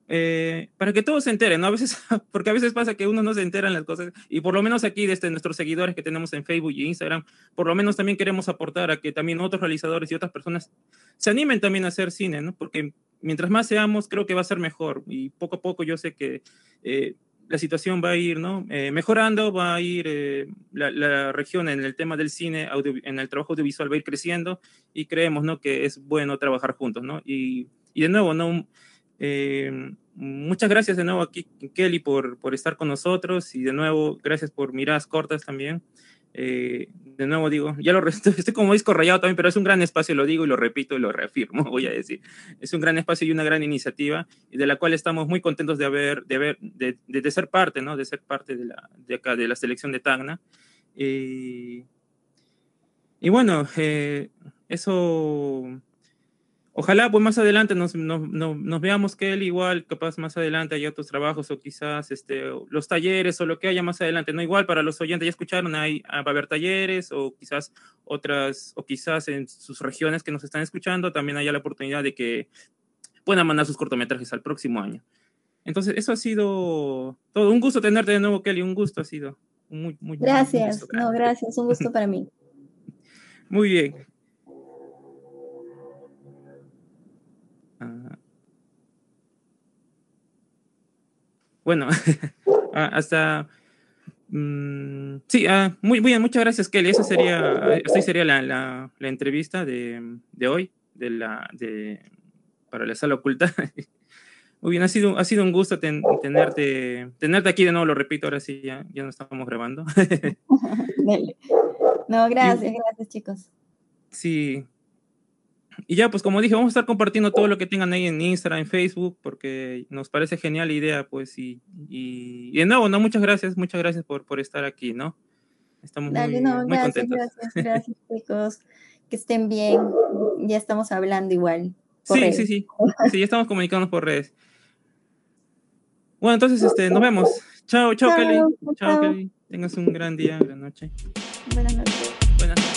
para que todos se enteren, ¿no? A veces, porque a veces pasa que uno no se entera en las cosas, y por lo menos aquí, desde nuestros seguidores que tenemos en Facebook y Instagram, por lo menos también queremos aportar a que también otros realizadores y otras personas se animen también a hacer cine, ¿no? Porque mientras más seamos, creo que va a ser mejor, y poco a poco yo sé que la situación va a ir, ¿no? Mejorando, va a ir la región en el tema del cine, en el trabajo audiovisual va a ir creciendo, y creemos, ¿no? Que es bueno trabajar juntos, ¿no? Y de nuevo, ¿no? Muchas gracias de nuevo aquí, Kelly, por estar con nosotros, y de nuevo, gracias por Miradas Cortas también. De nuevo digo, ya lo estoy como disco rayado también, pero es un gran espacio, lo digo y lo repito y lo reafirmo, voy a decir. Es un gran espacio y una gran iniciativa, y de la cual estamos muy contentos de ser parte, ¿no? De ser parte de acá, de la selección de Tacna. Y bueno, eso... Ojalá pues más adelante nos veamos, que él igual, capaz más adelante hay otros trabajos, o quizás los talleres o lo que haya más adelante, no, igual para los oyentes, ya escucharon, va a haber talleres, o quizás en sus regiones que nos están escuchando también haya la oportunidad de que puedan mandar sus cortometrajes al próximo año. Entonces eso ha sido todo, un gusto tenerte de nuevo, Kelly, un gusto ha sido. Gracias, gracias, un gusto para mí. Muy bien. Bueno, hasta... sí, muy bien, muchas gracias, Kelly. Esa sería la entrevista de hoy, para la sala oculta. Muy bien, ha sido un gusto tenerte aquí de nuevo, lo repito, ahora sí, ya no estamos grabando. No, gracias chicos. Sí. Y ya, pues como dije, vamos a estar compartiendo todo lo que tengan ahí en Instagram, en Facebook, porque nos parece genial la idea, pues, y de nuevo, ¿no? Muchas gracias por estar aquí, ¿no? Estamos muy contentos. Gracias, chicos. Que estén bien. Ya estamos hablando igual. Sí, ya estamos comunicándonos por redes. Bueno, entonces, nos vemos. Chao, Kelly. Chao, Kelly. Tengas un gran día, gran noche. Buenas noches. Buenas noches.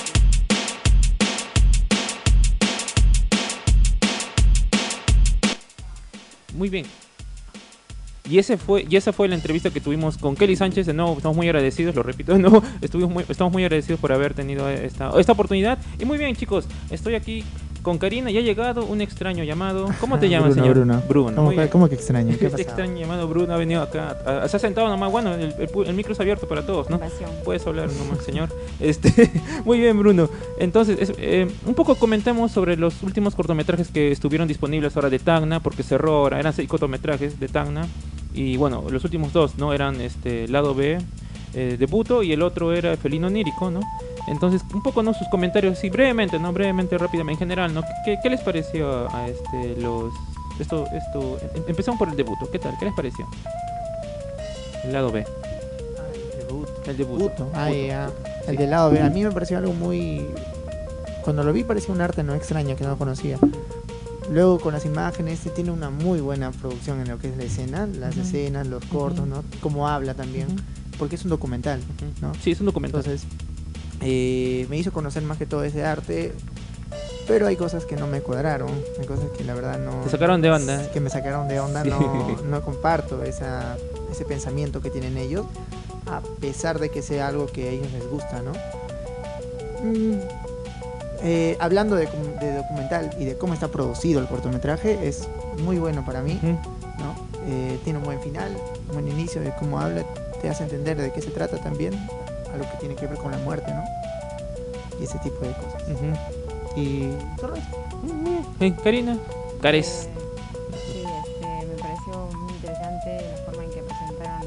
Muy bien. Y esa fue la entrevista que tuvimos con Kelly Sánchez. De nuevo, estamos muy agradecidos, lo repito, de nuevo, estamos muy agradecidos por haber tenido esta oportunidad. Y muy bien, chicos, estoy aquí con Karina, ya ha llegado un extraño llamado. ¿Cómo te llamas, señor? Bruno. ¿Cómo que extraño? ¿Qué Este extraño llamado Bruno ha venido acá, se ha sentado nomás. Bueno, el micro es abierto para todos, ¿no? Puedes hablar nomás, señor. Muy bien, Bruno. Entonces, un poco comentamos sobre los últimos cortometrajes que estuvieron disponibles ahora de Tacna, porque cerró ahora, eran 6 cortometrajes de Tacna. Y bueno, los últimos 2, ¿no? Eran Lado B, Debuto, y el otro era Felino Onírico, ¿no? Entonces, un poco, ¿no? Sus comentarios, sí, brevemente, rápidamente, en general, ¿no? ¿Qué les pareció a esto? Empezamos por el Debuto, ¿qué tal? ¿Qué les pareció? El Lado B. El Debuto. El del Lado B. A mí me pareció algo muy... Cuando lo vi parecía un arte no extraño que no conocía. Luego con las imágenes tiene una muy buena producción en lo que es la escena, las escenas, los cortos, ¿no? Cómo habla también, porque es un documental, ¿no? Sí, es un documental. Entonces, me hizo conocer más que todo ese arte, pero hay cosas que no me cuadraron, hay cosas que la verdad no... ¿Te sacaron de onda? Que me sacaron de onda, sí. No comparto ese pensamiento que tienen ellos, a pesar de que sea algo que a ellos les gusta, ¿no? Hablando de documental y de cómo está producido el cortometraje, es muy bueno para mí, ¿no? Tiene un buen final, un buen inicio de cómo habla, te hace entender de qué se trata también, a lo que tiene que ver con la muerte, ¿no? Y ese tipo de cosas. Y solo eso. Karina, Cares. Sí, me pareció muy interesante la forma en que presentaron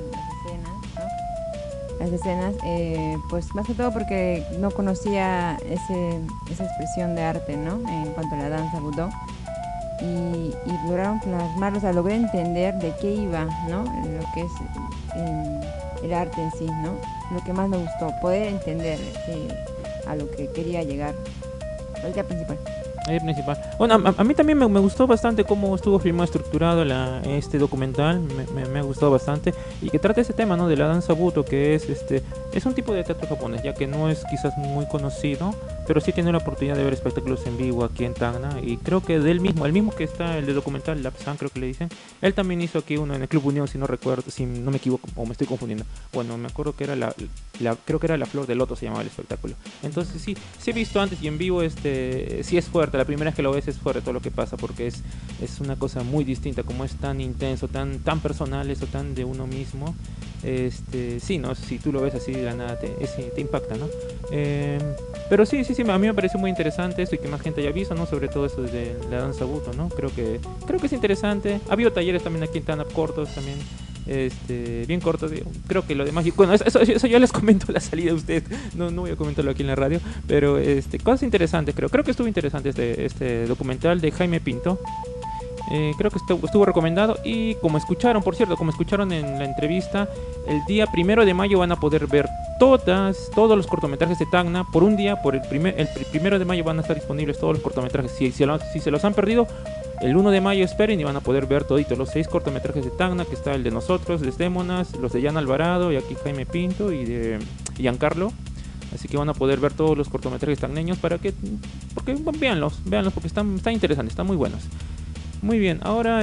las escenas, pues más que todo porque no conocía esa expresión de arte, ¿no? En cuanto a la danza Budo, y lograron plasmarlo, o sea, logré entender de qué iba, ¿no? Lo que es el arte en sí, ¿no? Lo que más me gustó, poder entender a lo que quería llegar, la idea principal. Ahí principal. Bueno, a mí también me gustó bastante cómo estuvo filmado, estructurado este documental. Me ha gustado bastante. Y que trata ese tema, ¿no? De la danza Buto, que es un tipo de teatro japonés, ya que no es quizás muy conocido, pero sí tiene la oportunidad de ver espectáculos en vivo aquí en Tacna. Y creo que el mismo que está, el de documental, Lapsan, creo que le dicen, él también hizo aquí uno en el Club Unión, si no recuerdo, si no me equivoco, o me estoy confundiendo. Bueno, me acuerdo que era creo que era La Flor de Loto, se llamaba el espectáculo. Entonces sí he visto antes y en vivo, sí es fuerte. La primera vez que lo ves es fuerte todo lo que pasa, porque es una cosa muy distinta, como es tan intenso, tan personal, eso tan de uno mismo. Sí, ¿no? Si tú lo ves así de la nada te impacta, ¿no? Pero sí, a mí me parece muy interesante esto y que más gente haya visto, ¿no? Sobre todo eso de la danza Buto, ¿no? Creo que es interesante. Ha habido talleres también aquí en Tacna, cortos también, bien cortos. Creo que lo demás, bueno, eso ya les comento a la salida a ustedes, no voy a comentarlo aquí en la radio, pero cosas interesantes. Creo que estuvo interesante este documental de Jaime Pinto. Creo que estuvo recomendado. Y como escucharon, por cierto, en la entrevista, el día 1 de mayo van a poder ver todos los cortometrajes de Tacna por un día. El 1 de mayo van a estar disponibles todos los cortometrajes. Si se los han perdido, el 1 de mayo esperen y van a poder ver toditos los 6 cortometrajes de Tacna, que está el de nosotros, Desdémonas, los de Jan Alvarado y aquí Jaime Pinto y de Giancarlo. Así que van a poder ver todos los cortometrajes tacneños porque véanlos porque están interesantes, están muy buenos. Muy bien, ahora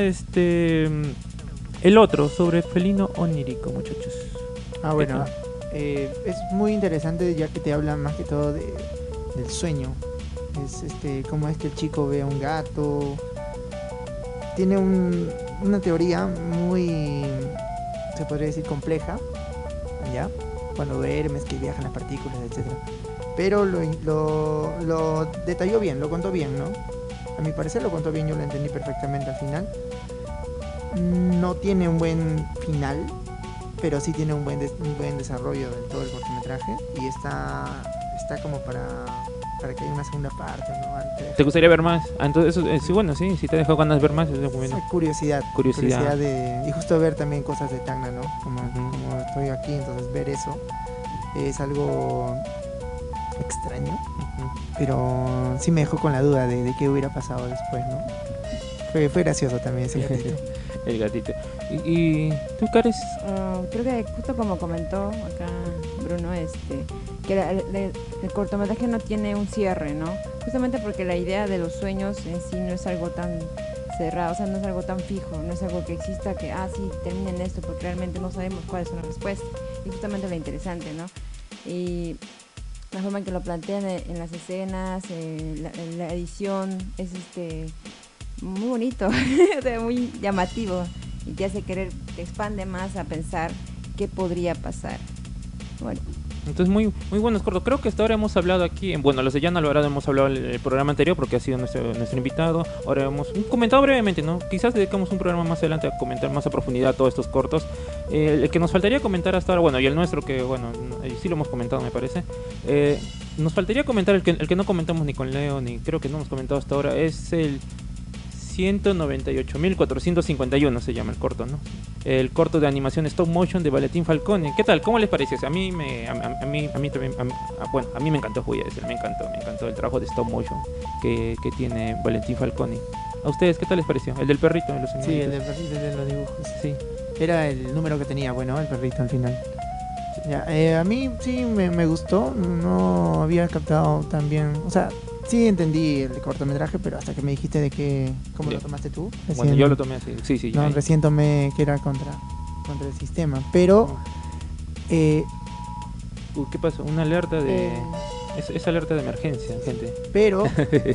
el otro sobre Felino Onírico, muchachos. Bueno, es muy interesante, ya que te habla más que todo del sueño. Es cómo es que el chico ve a un gato. Tiene una teoría muy, se podría decir, compleja, ¿ya? Cuando duermes, que viajan las partículas, etcétera. Pero lo detalló bien, lo contó bien, ¿no? A mi parecer lo contó bien, yo lo entendí perfectamente al final. No tiene un buen final, pero sí tiene un buen desarrollo de todo el cortometraje. Y está como para que haya una segunda parte, ¿no? Antes. ¿Te gustaría ver más? Entonces, sí, bueno, sí, si te dejó ganas de ver más, es curiosidad y justo ver también cosas de Tacna, ¿no? Como estoy aquí, entonces ver eso es algo extraño, pero sí me dejó con la duda de qué hubiera pasado después, ¿no? Fue gracioso también ese gatito. El gatito. ¿Y tú, Cares? Creo que justo como comentó acá Bruno, que el cortometraje no tiene un cierre, ¿no? Justamente porque la idea de los sueños en sí no es algo tan cerrado, o sea, no es algo tan fijo, no es algo que exista que, sí, terminen esto, porque realmente no sabemos cuál es una respuesta. Y justamente lo interesante, ¿no? Y la forma en que lo plantean en las escenas, la edición, es muy bonito, o sea, muy llamativo, y te hace te expande más a pensar qué podría pasar. Bueno. Entonces muy buenos cortos. Creo que hasta ahora hemos hablado aquí, los de Jan Alvarado hemos hablado en el programa anterior porque ha sido nuestro invitado. Ahora hemos comentado brevemente, ¿no? Quizás dedicamos un programa más adelante a comentar más a profundidad todos estos cortos. El que nos faltaría comentar hasta ahora, y el nuestro que, sí lo hemos comentado, me parece. Nos faltaría comentar el que no comentamos ni con Leo, ni creo que no hemos comentado hasta ahora, es el 198.451 se llama el corto, ¿no? El corto de animación stop motion de Valentín Falcone. ¿Qué tal? ¿Cómo les pareció? A mí me encantó, voy a decir, me encantó el trabajo de stop motion que tiene Valentín Falcone. ¿A ustedes qué tal les pareció? El del perrito de los animales. Sí, el del perrito de los dibujos. Sí. Era el número que tenía, el perrito al final. Ya, a mí sí me gustó, no había captado tan bien, o sea, sí entendí el cortometraje, pero hasta que me dijiste ¿cómo lo tomaste tú? Recién, yo lo tomé así, sí. No, recién tomé que era contra el sistema, pero... ¿Qué pasó? Una alerta de... Es alerta de emergencia, gente. Pero,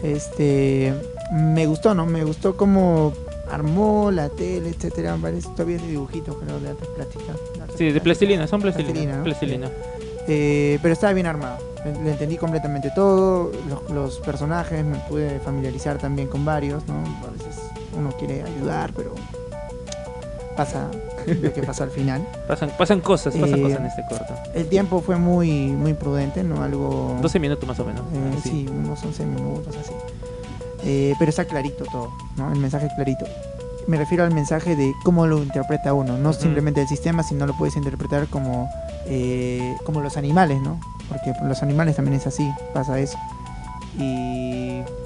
me gustó, ¿no? Me gustó cómo armó la tele, etcétera, todavía de dibujitos, pero de artes plásticas. Sí, de plastilina, son plastilina. ¿no? Plastilina. Pero estaba bien armado, le entendí completamente todo, los personajes, me pude familiarizar también con varios, ¿no? A veces uno quiere ayudar, pero pasa lo que pasó al final. Pasan cosas en este corto. El tiempo fue muy prudente, ¿no? Algo... 12 minutos más o menos. Sí, unos 11 minutos así. Pero está clarito todo, ¿no? El mensaje es clarito. Me refiero al mensaje de cómo lo interpreta uno, no simplemente el sistema, sino lo puedes interpretar como los animales, ¿no? Porque los animales también es así, pasa eso. Y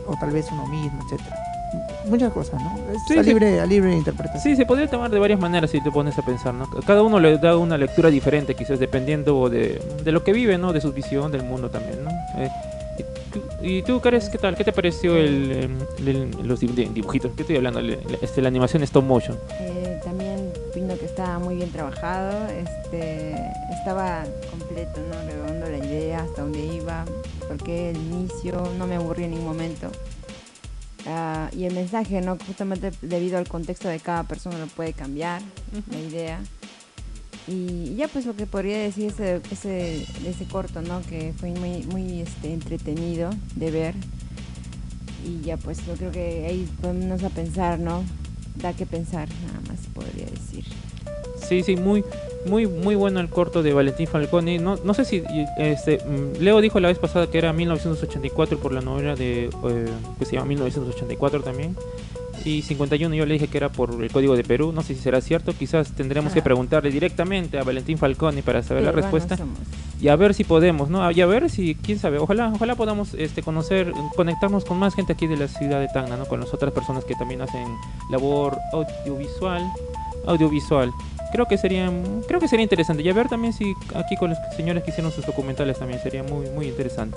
o tal vez uno mismo, etcétera. Muchas cosas, ¿no? Es Sí, a sí. libre interpretación. Sí, se podría tomar de varias maneras si te pones a pensar, ¿no? Cada uno le da una lectura diferente, quizás dependiendo de lo que vive, ¿no? De su visión del mundo también, ¿no? ¿Y tú, Cares, qué tal? ¿Qué te pareció los dibujitos? ¿Qué estoy hablando? La animación stop motion. También opino que estaba muy bien trabajado, estaba completo, ¿no? Redondo la idea, hasta dónde iba, porque el inicio no me aburrió en ningún momento. Y el mensaje, ¿no? Justamente debido al contexto de cada persona lo puede cambiar, la idea. Y ya pues lo que podría decir de ese corto, ¿no? Que fue muy entretenido de ver. Y ya pues yo creo que ahí podemos a pensar, ¿no? Da que pensar, nada más podría decir. Sí, muy bueno el corto de Valentín Falcone. No sé si Leo dijo la vez pasada que era 1984 por la novela de que se llama 1984 también. Y 51 yo le dije que era por el Código de Perú. No sé si será cierto. Quizás tendremos que preguntarle directamente a Valentín Falcone para saber la respuesta. Y a ver si podemos, ¿no? Y a ver si, quién sabe, ojalá podamos conectarnos con más gente aquí de la ciudad de Tacna, ¿no? Con las otras personas que también hacen labor audiovisual. Creo que sería interesante. Y a ver también si aquí con los señores que hicieron sus documentales también sería muy interesante.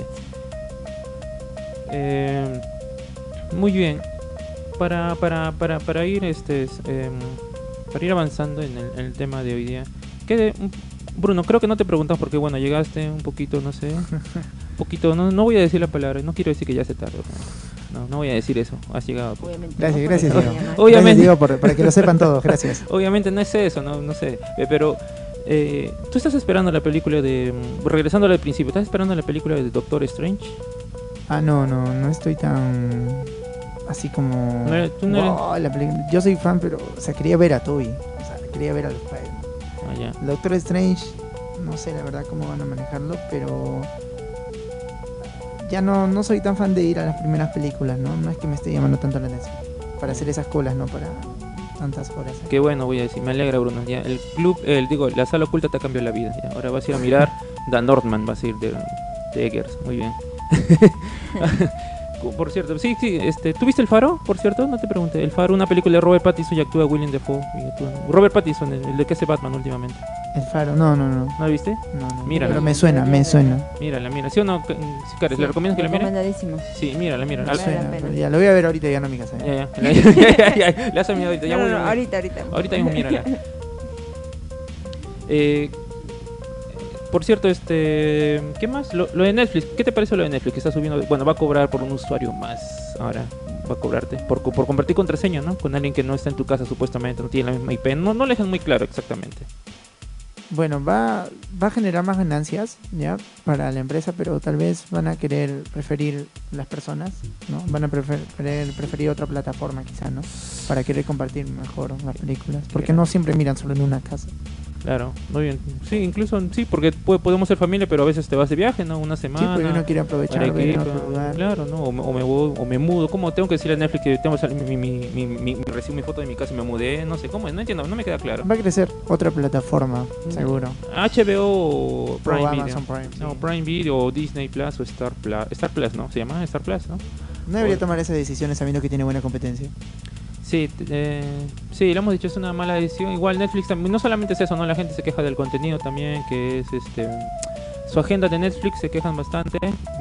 Muy bien. Para ir para ir avanzando en el tema de hoy día. Bruno, creo que no te preguntamos porque bueno, llegaste un poquito, no sé, no voy a decir la palabra, no quiero decir que ya se tarde. No voy a decir eso. Has llegado. Gracias, Diego. Obviamente, Diego, para que lo sepan todos, gracias. Obviamente no es eso, no sé, pero tú estás esperando la película regresando al principio, ¿estás esperando la película de Doctor Strange? No estoy tan así como la película. Yo soy fan, pero quería ver a Toby, quería ver a los padres. Ya. Doctor Strange, no sé la verdad cómo van a manejarlo, pero ya no soy tan fan de ir a las primeras películas, no es que me esté llamando tanto la atención para hacer esas colas, no para tantas horas. Qué bueno, voy a decir, me alegra, Bruno. Ya el club, la sala oculta te ha cambiado la vida. Ya. Ahora vas a ir a mirar The Northman, vas a ir de Eggers, muy bien. Por cierto, sí, ¿tú viste El Faro? Por cierto, no te pregunté. El Faro, una película de Robert Pattinson y actúa Willem Dafoe. Robert Pattinson, el de que hace Batman últimamente. El Faro, no. ¿No la viste? No. Mírala. Pero me suena. Mírala, ¿sí o no? Sí, Cares, ¿le recomiendas que la mire? Recomendadísimo. Sí, mírala. Vale la pena. Ya lo voy a ver ahorita ya no a mi casa. Ya. La has mirado ahorita. No, ahorita. Ahorita mismo mírala. Por cierto, ¿qué más? Lo de Netflix, ¿qué te parece lo de Netflix? Que está subiendo, bueno, va a cobrar por un usuario más ahora, va a cobrarte por compartir contraseña, ¿no? Con alguien que no está en tu casa supuestamente, no tiene la misma IP, no le dejan muy claro exactamente. Bueno, va a generar más ganancias ya para la empresa, pero tal vez van a querer preferir las personas, ¿no? Van a preferir otra plataforma quizás, ¿no? Para querer compartir mejor las películas, porque no siempre miran solo en una casa. Claro, muy bien. Sí, incluso sí, porque podemos ser familia, pero a veces te vas de viaje, ¿no? Una semana. Sí, porque uno quiere aprovechar, ver en otro lugar. Claro, ¿no? O me mudo. ¿Cómo tengo que decirle a Netflix que tengo que salir recibo mi foto de mi casa y me mudé? No sé, ¿cómo? No entiendo, no me queda claro. Va a crecer otra plataforma, seguro. HBO o Prime Video. Amazon Prime, sí. No, Prime Video o Disney Plus o Star Plus, ¿no? Se llama Star Plus, ¿no? No debería tomar esas decisiones sabiendo que tiene buena competencia. Sí, lo hemos dicho, es una mala decisión. Igual Netflix también, no solamente es eso, ¿no? La gente se queja del contenido también, que es su agenda de Netflix, se quejan bastante.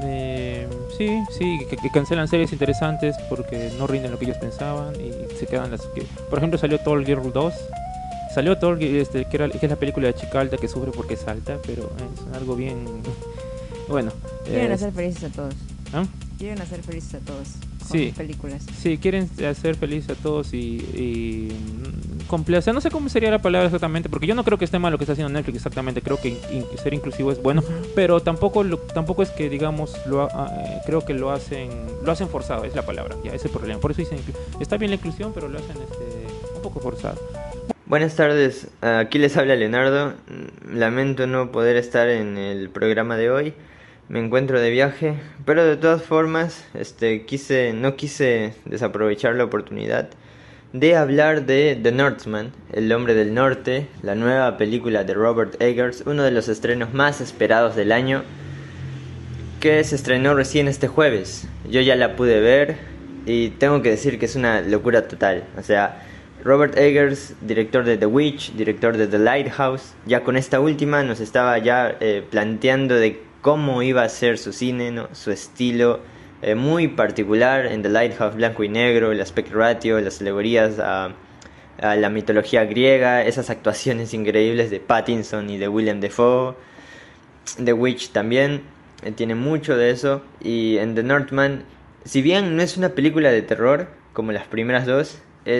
Que cancelan series interesantes porque no rinden lo que ellos pensaban y se quedan por ejemplo, salió Tall Girl 2. Salió Tall que es la película de chica alta que sufre porque es alta, pero es algo bien bueno. Quieren hacer felices a todos. ¿Ah? Quieren hacer felices a todos. Sí, películas. Sí, quieren hacer feliz a todos y complacer. No sé cómo sería la palabra exactamente, porque yo no creo que esté mal lo que está haciendo Netflix exactamente. Creo que ser inclusivo es bueno, pero tampoco es que digamos creo que lo hacen forzado, es la palabra, ya ese es el problema. Por eso dicen está bien la inclusión, pero lo hacen un poco forzado. Buenas tardes, aquí les habla Leonardo. Lamento no poder estar en el programa de hoy. Me encuentro de viaje, pero de todas formas, no quise desaprovechar la oportunidad de hablar de The Northman, El Hombre del Norte, la nueva película de Robert Eggers, uno de los estrenos más esperados del año, que se estrenó recién este jueves. Yo ya la pude ver y tengo que decir que es una locura total. O sea, Robert Eggers, director de The Witch, director de The Lighthouse, ya con esta última nos estaba ya planteando de cómo iba a ser su cine, ¿no? Su estilo muy particular. En The Lighthouse, blanco y negro, el aspect ratio, las alegorías a la mitología griega, esas actuaciones increíbles de Pattinson y de William Dafoe. The Witch también tiene mucho de eso. Y en The Northman, si bien no es una película de terror como las primeras dos,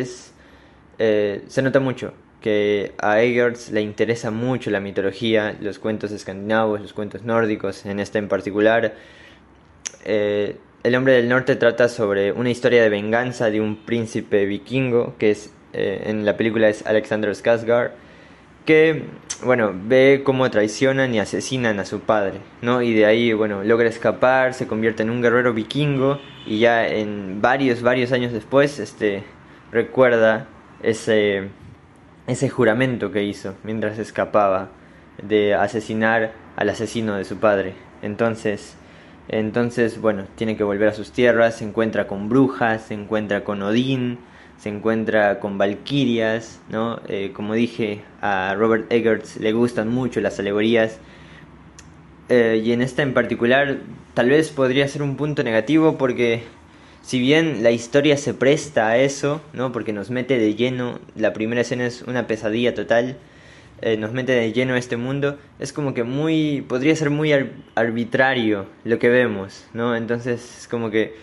se nota mucho que a Eggers le interesa mucho la mitología, los cuentos escandinavos, los cuentos nórdicos. En este en particular, El hombre del norte trata sobre una historia de venganza de un príncipe vikingo, que es en la película es Alexander Skarsgård, que bueno, ve cómo traicionan y asesinan a su padre, ¿no? Y de ahí, bueno, logra escapar, se convierte en un guerrero vikingo, y ya en varios años después recuerda ese juramento que hizo mientras escapaba de asesinar al asesino de su padre. Entonces, bueno, tiene que volver a sus tierras, se encuentra con brujas, se encuentra con Odín, se encuentra con valquirias, ¿no? Como dije, a Robert Eggers le gustan mucho las alegorías, y en esta en particular tal vez podría ser un punto negativo, porque si bien la historia se presta a eso, ¿no? Porque nos mete de lleno, la primera escena es una pesadilla total, nos mete de lleno a este mundo, es como que podría ser muy arbitrario lo que vemos, ¿no? Entonces es como que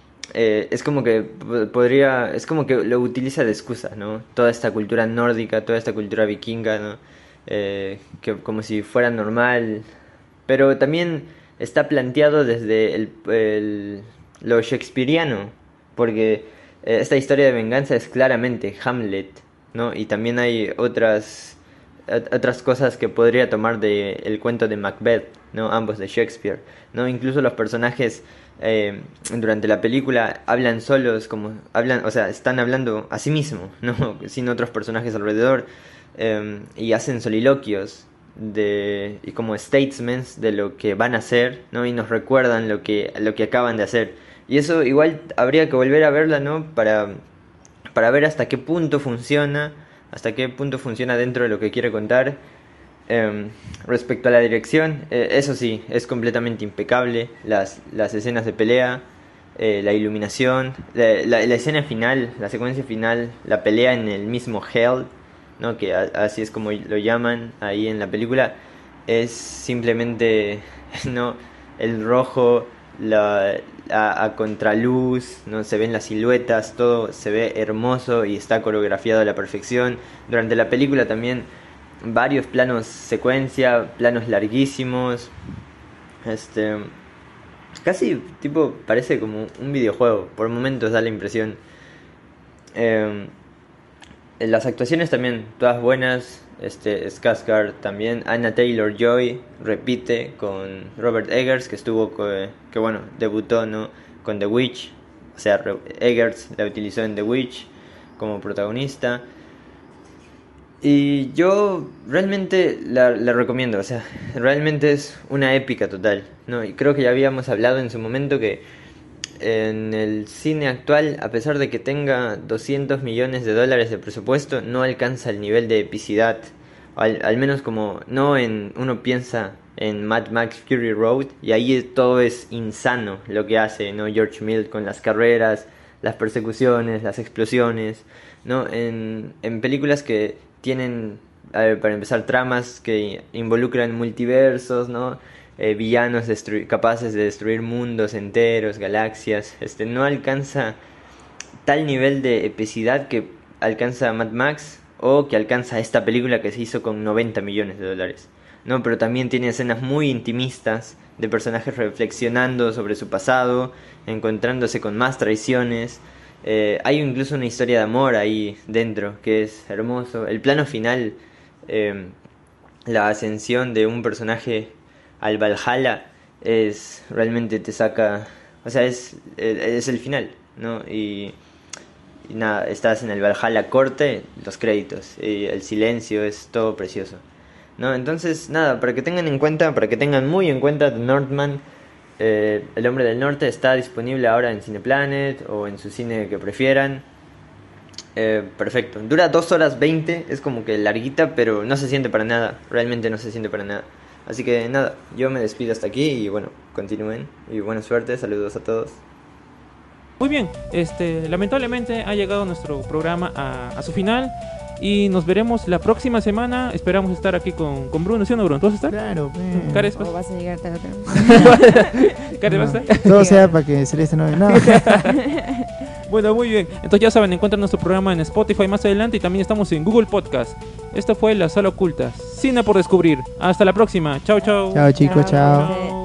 lo utiliza de excusa, ¿no? Toda esta cultura nórdica, toda esta cultura vikinga, ¿no? Que como si fuera normal, pero también está planteado desde lo shakespeariano, porque esta historia de venganza es claramente Hamlet, ¿no? Y también hay otras cosas que podría tomar del cuento de Macbeth, ¿no? Ambos de Shakespeare, ¿no? Incluso los personajes durante la película hablan solos, o sea, están hablando a sí mismos, ¿no? Sin otros personajes alrededor, y hacen soliloquios y como statements de lo que van a hacer, ¿no? Y nos recuerdan lo que acaban de hacer. Y eso igual habría que volver a verla, ¿no? Para ver hasta qué punto funciona dentro de lo que quiere contar. Respecto a la dirección, eso sí, es completamente impecable. Las escenas de pelea, la iluminación, la escena final, la secuencia final, la pelea en el mismo Hell, ¿no? Que así es como lo llaman ahí en la película, es simplemente ¿no? El rojo, a contraluz, ¿no? Se ven las siluetas, todo se ve hermoso y está coreografiado a la perfección. Durante la película también varios planos secuencia, planos larguísimos, casi tipo parece como un videojuego, por momentos da la impresión. Las actuaciones también todas buenas. Skarsgård también, Anya Taylor-Joy repite con Robert Eggers, que debutó, ¿no? Con The Witch, o sea, Eggers la utilizó en The Witch como protagonista. Y yo realmente la recomiendo, o sea, realmente es una épica total, ¿no? Y creo que ya habíamos hablado en su momento que en el cine actual, a pesar de que tenga $200 millones de presupuesto, no alcanza el nivel de epicidad, al menos como uno piensa en Mad Max Fury Road, y ahí todo es insano lo que hace, ¿no? George Miller con las carreras, las persecuciones, las explosiones, ¿no? En películas que tienen, para empezar, tramas que involucran multiversos, ¿no? Villanos capaces de destruir mundos enteros, galaxias, no alcanza tal nivel de epicidad que alcanza Mad Max, o que alcanza esta película que se hizo con $90 millones, ¿no? Pero también tiene escenas muy intimistas de personajes reflexionando sobre su pasado, encontrándose con más traiciones. Hay incluso una historia de amor ahí dentro que es hermoso. El plano final, la ascensión de un personaje al Valhalla, es realmente te saca, o sea, es el final, ¿no? Y nada, estás en el Valhalla, corte, los créditos, y el silencio, es todo precioso, ¿no? Entonces, nada, para que tengan muy en cuenta The Northman, El Hombre del Norte está disponible ahora en Cineplanet o en su cine que prefieran. Perfecto. Dura 2 horas 20, es como que larguita, pero no se siente para nada. Realmente no se siente para nada. Así que nada, yo me despido hasta aquí y bueno, continúen. Y buena suerte, saludos a todos. Muy bien, lamentablemente ha llegado nuestro programa a su final. Y nos veremos la próxima semana. Esperamos estar aquí con Bruno. ¿Sí o no, Bruno? ¿Tú vas a estar? Claro, ¿Cares? ¿O vas a llegar tarde? ¿Cares vas a estar? Todo sea para que Celeste no... Bueno, muy bien. Entonces ya saben, encuentran nuestro programa en Spotify más adelante y también estamos en Google Podcast. Esto fue La Sala Oculta. Cine por descubrir. Hasta la próxima. Chao, chao. Chao, chicos, chao. Chao.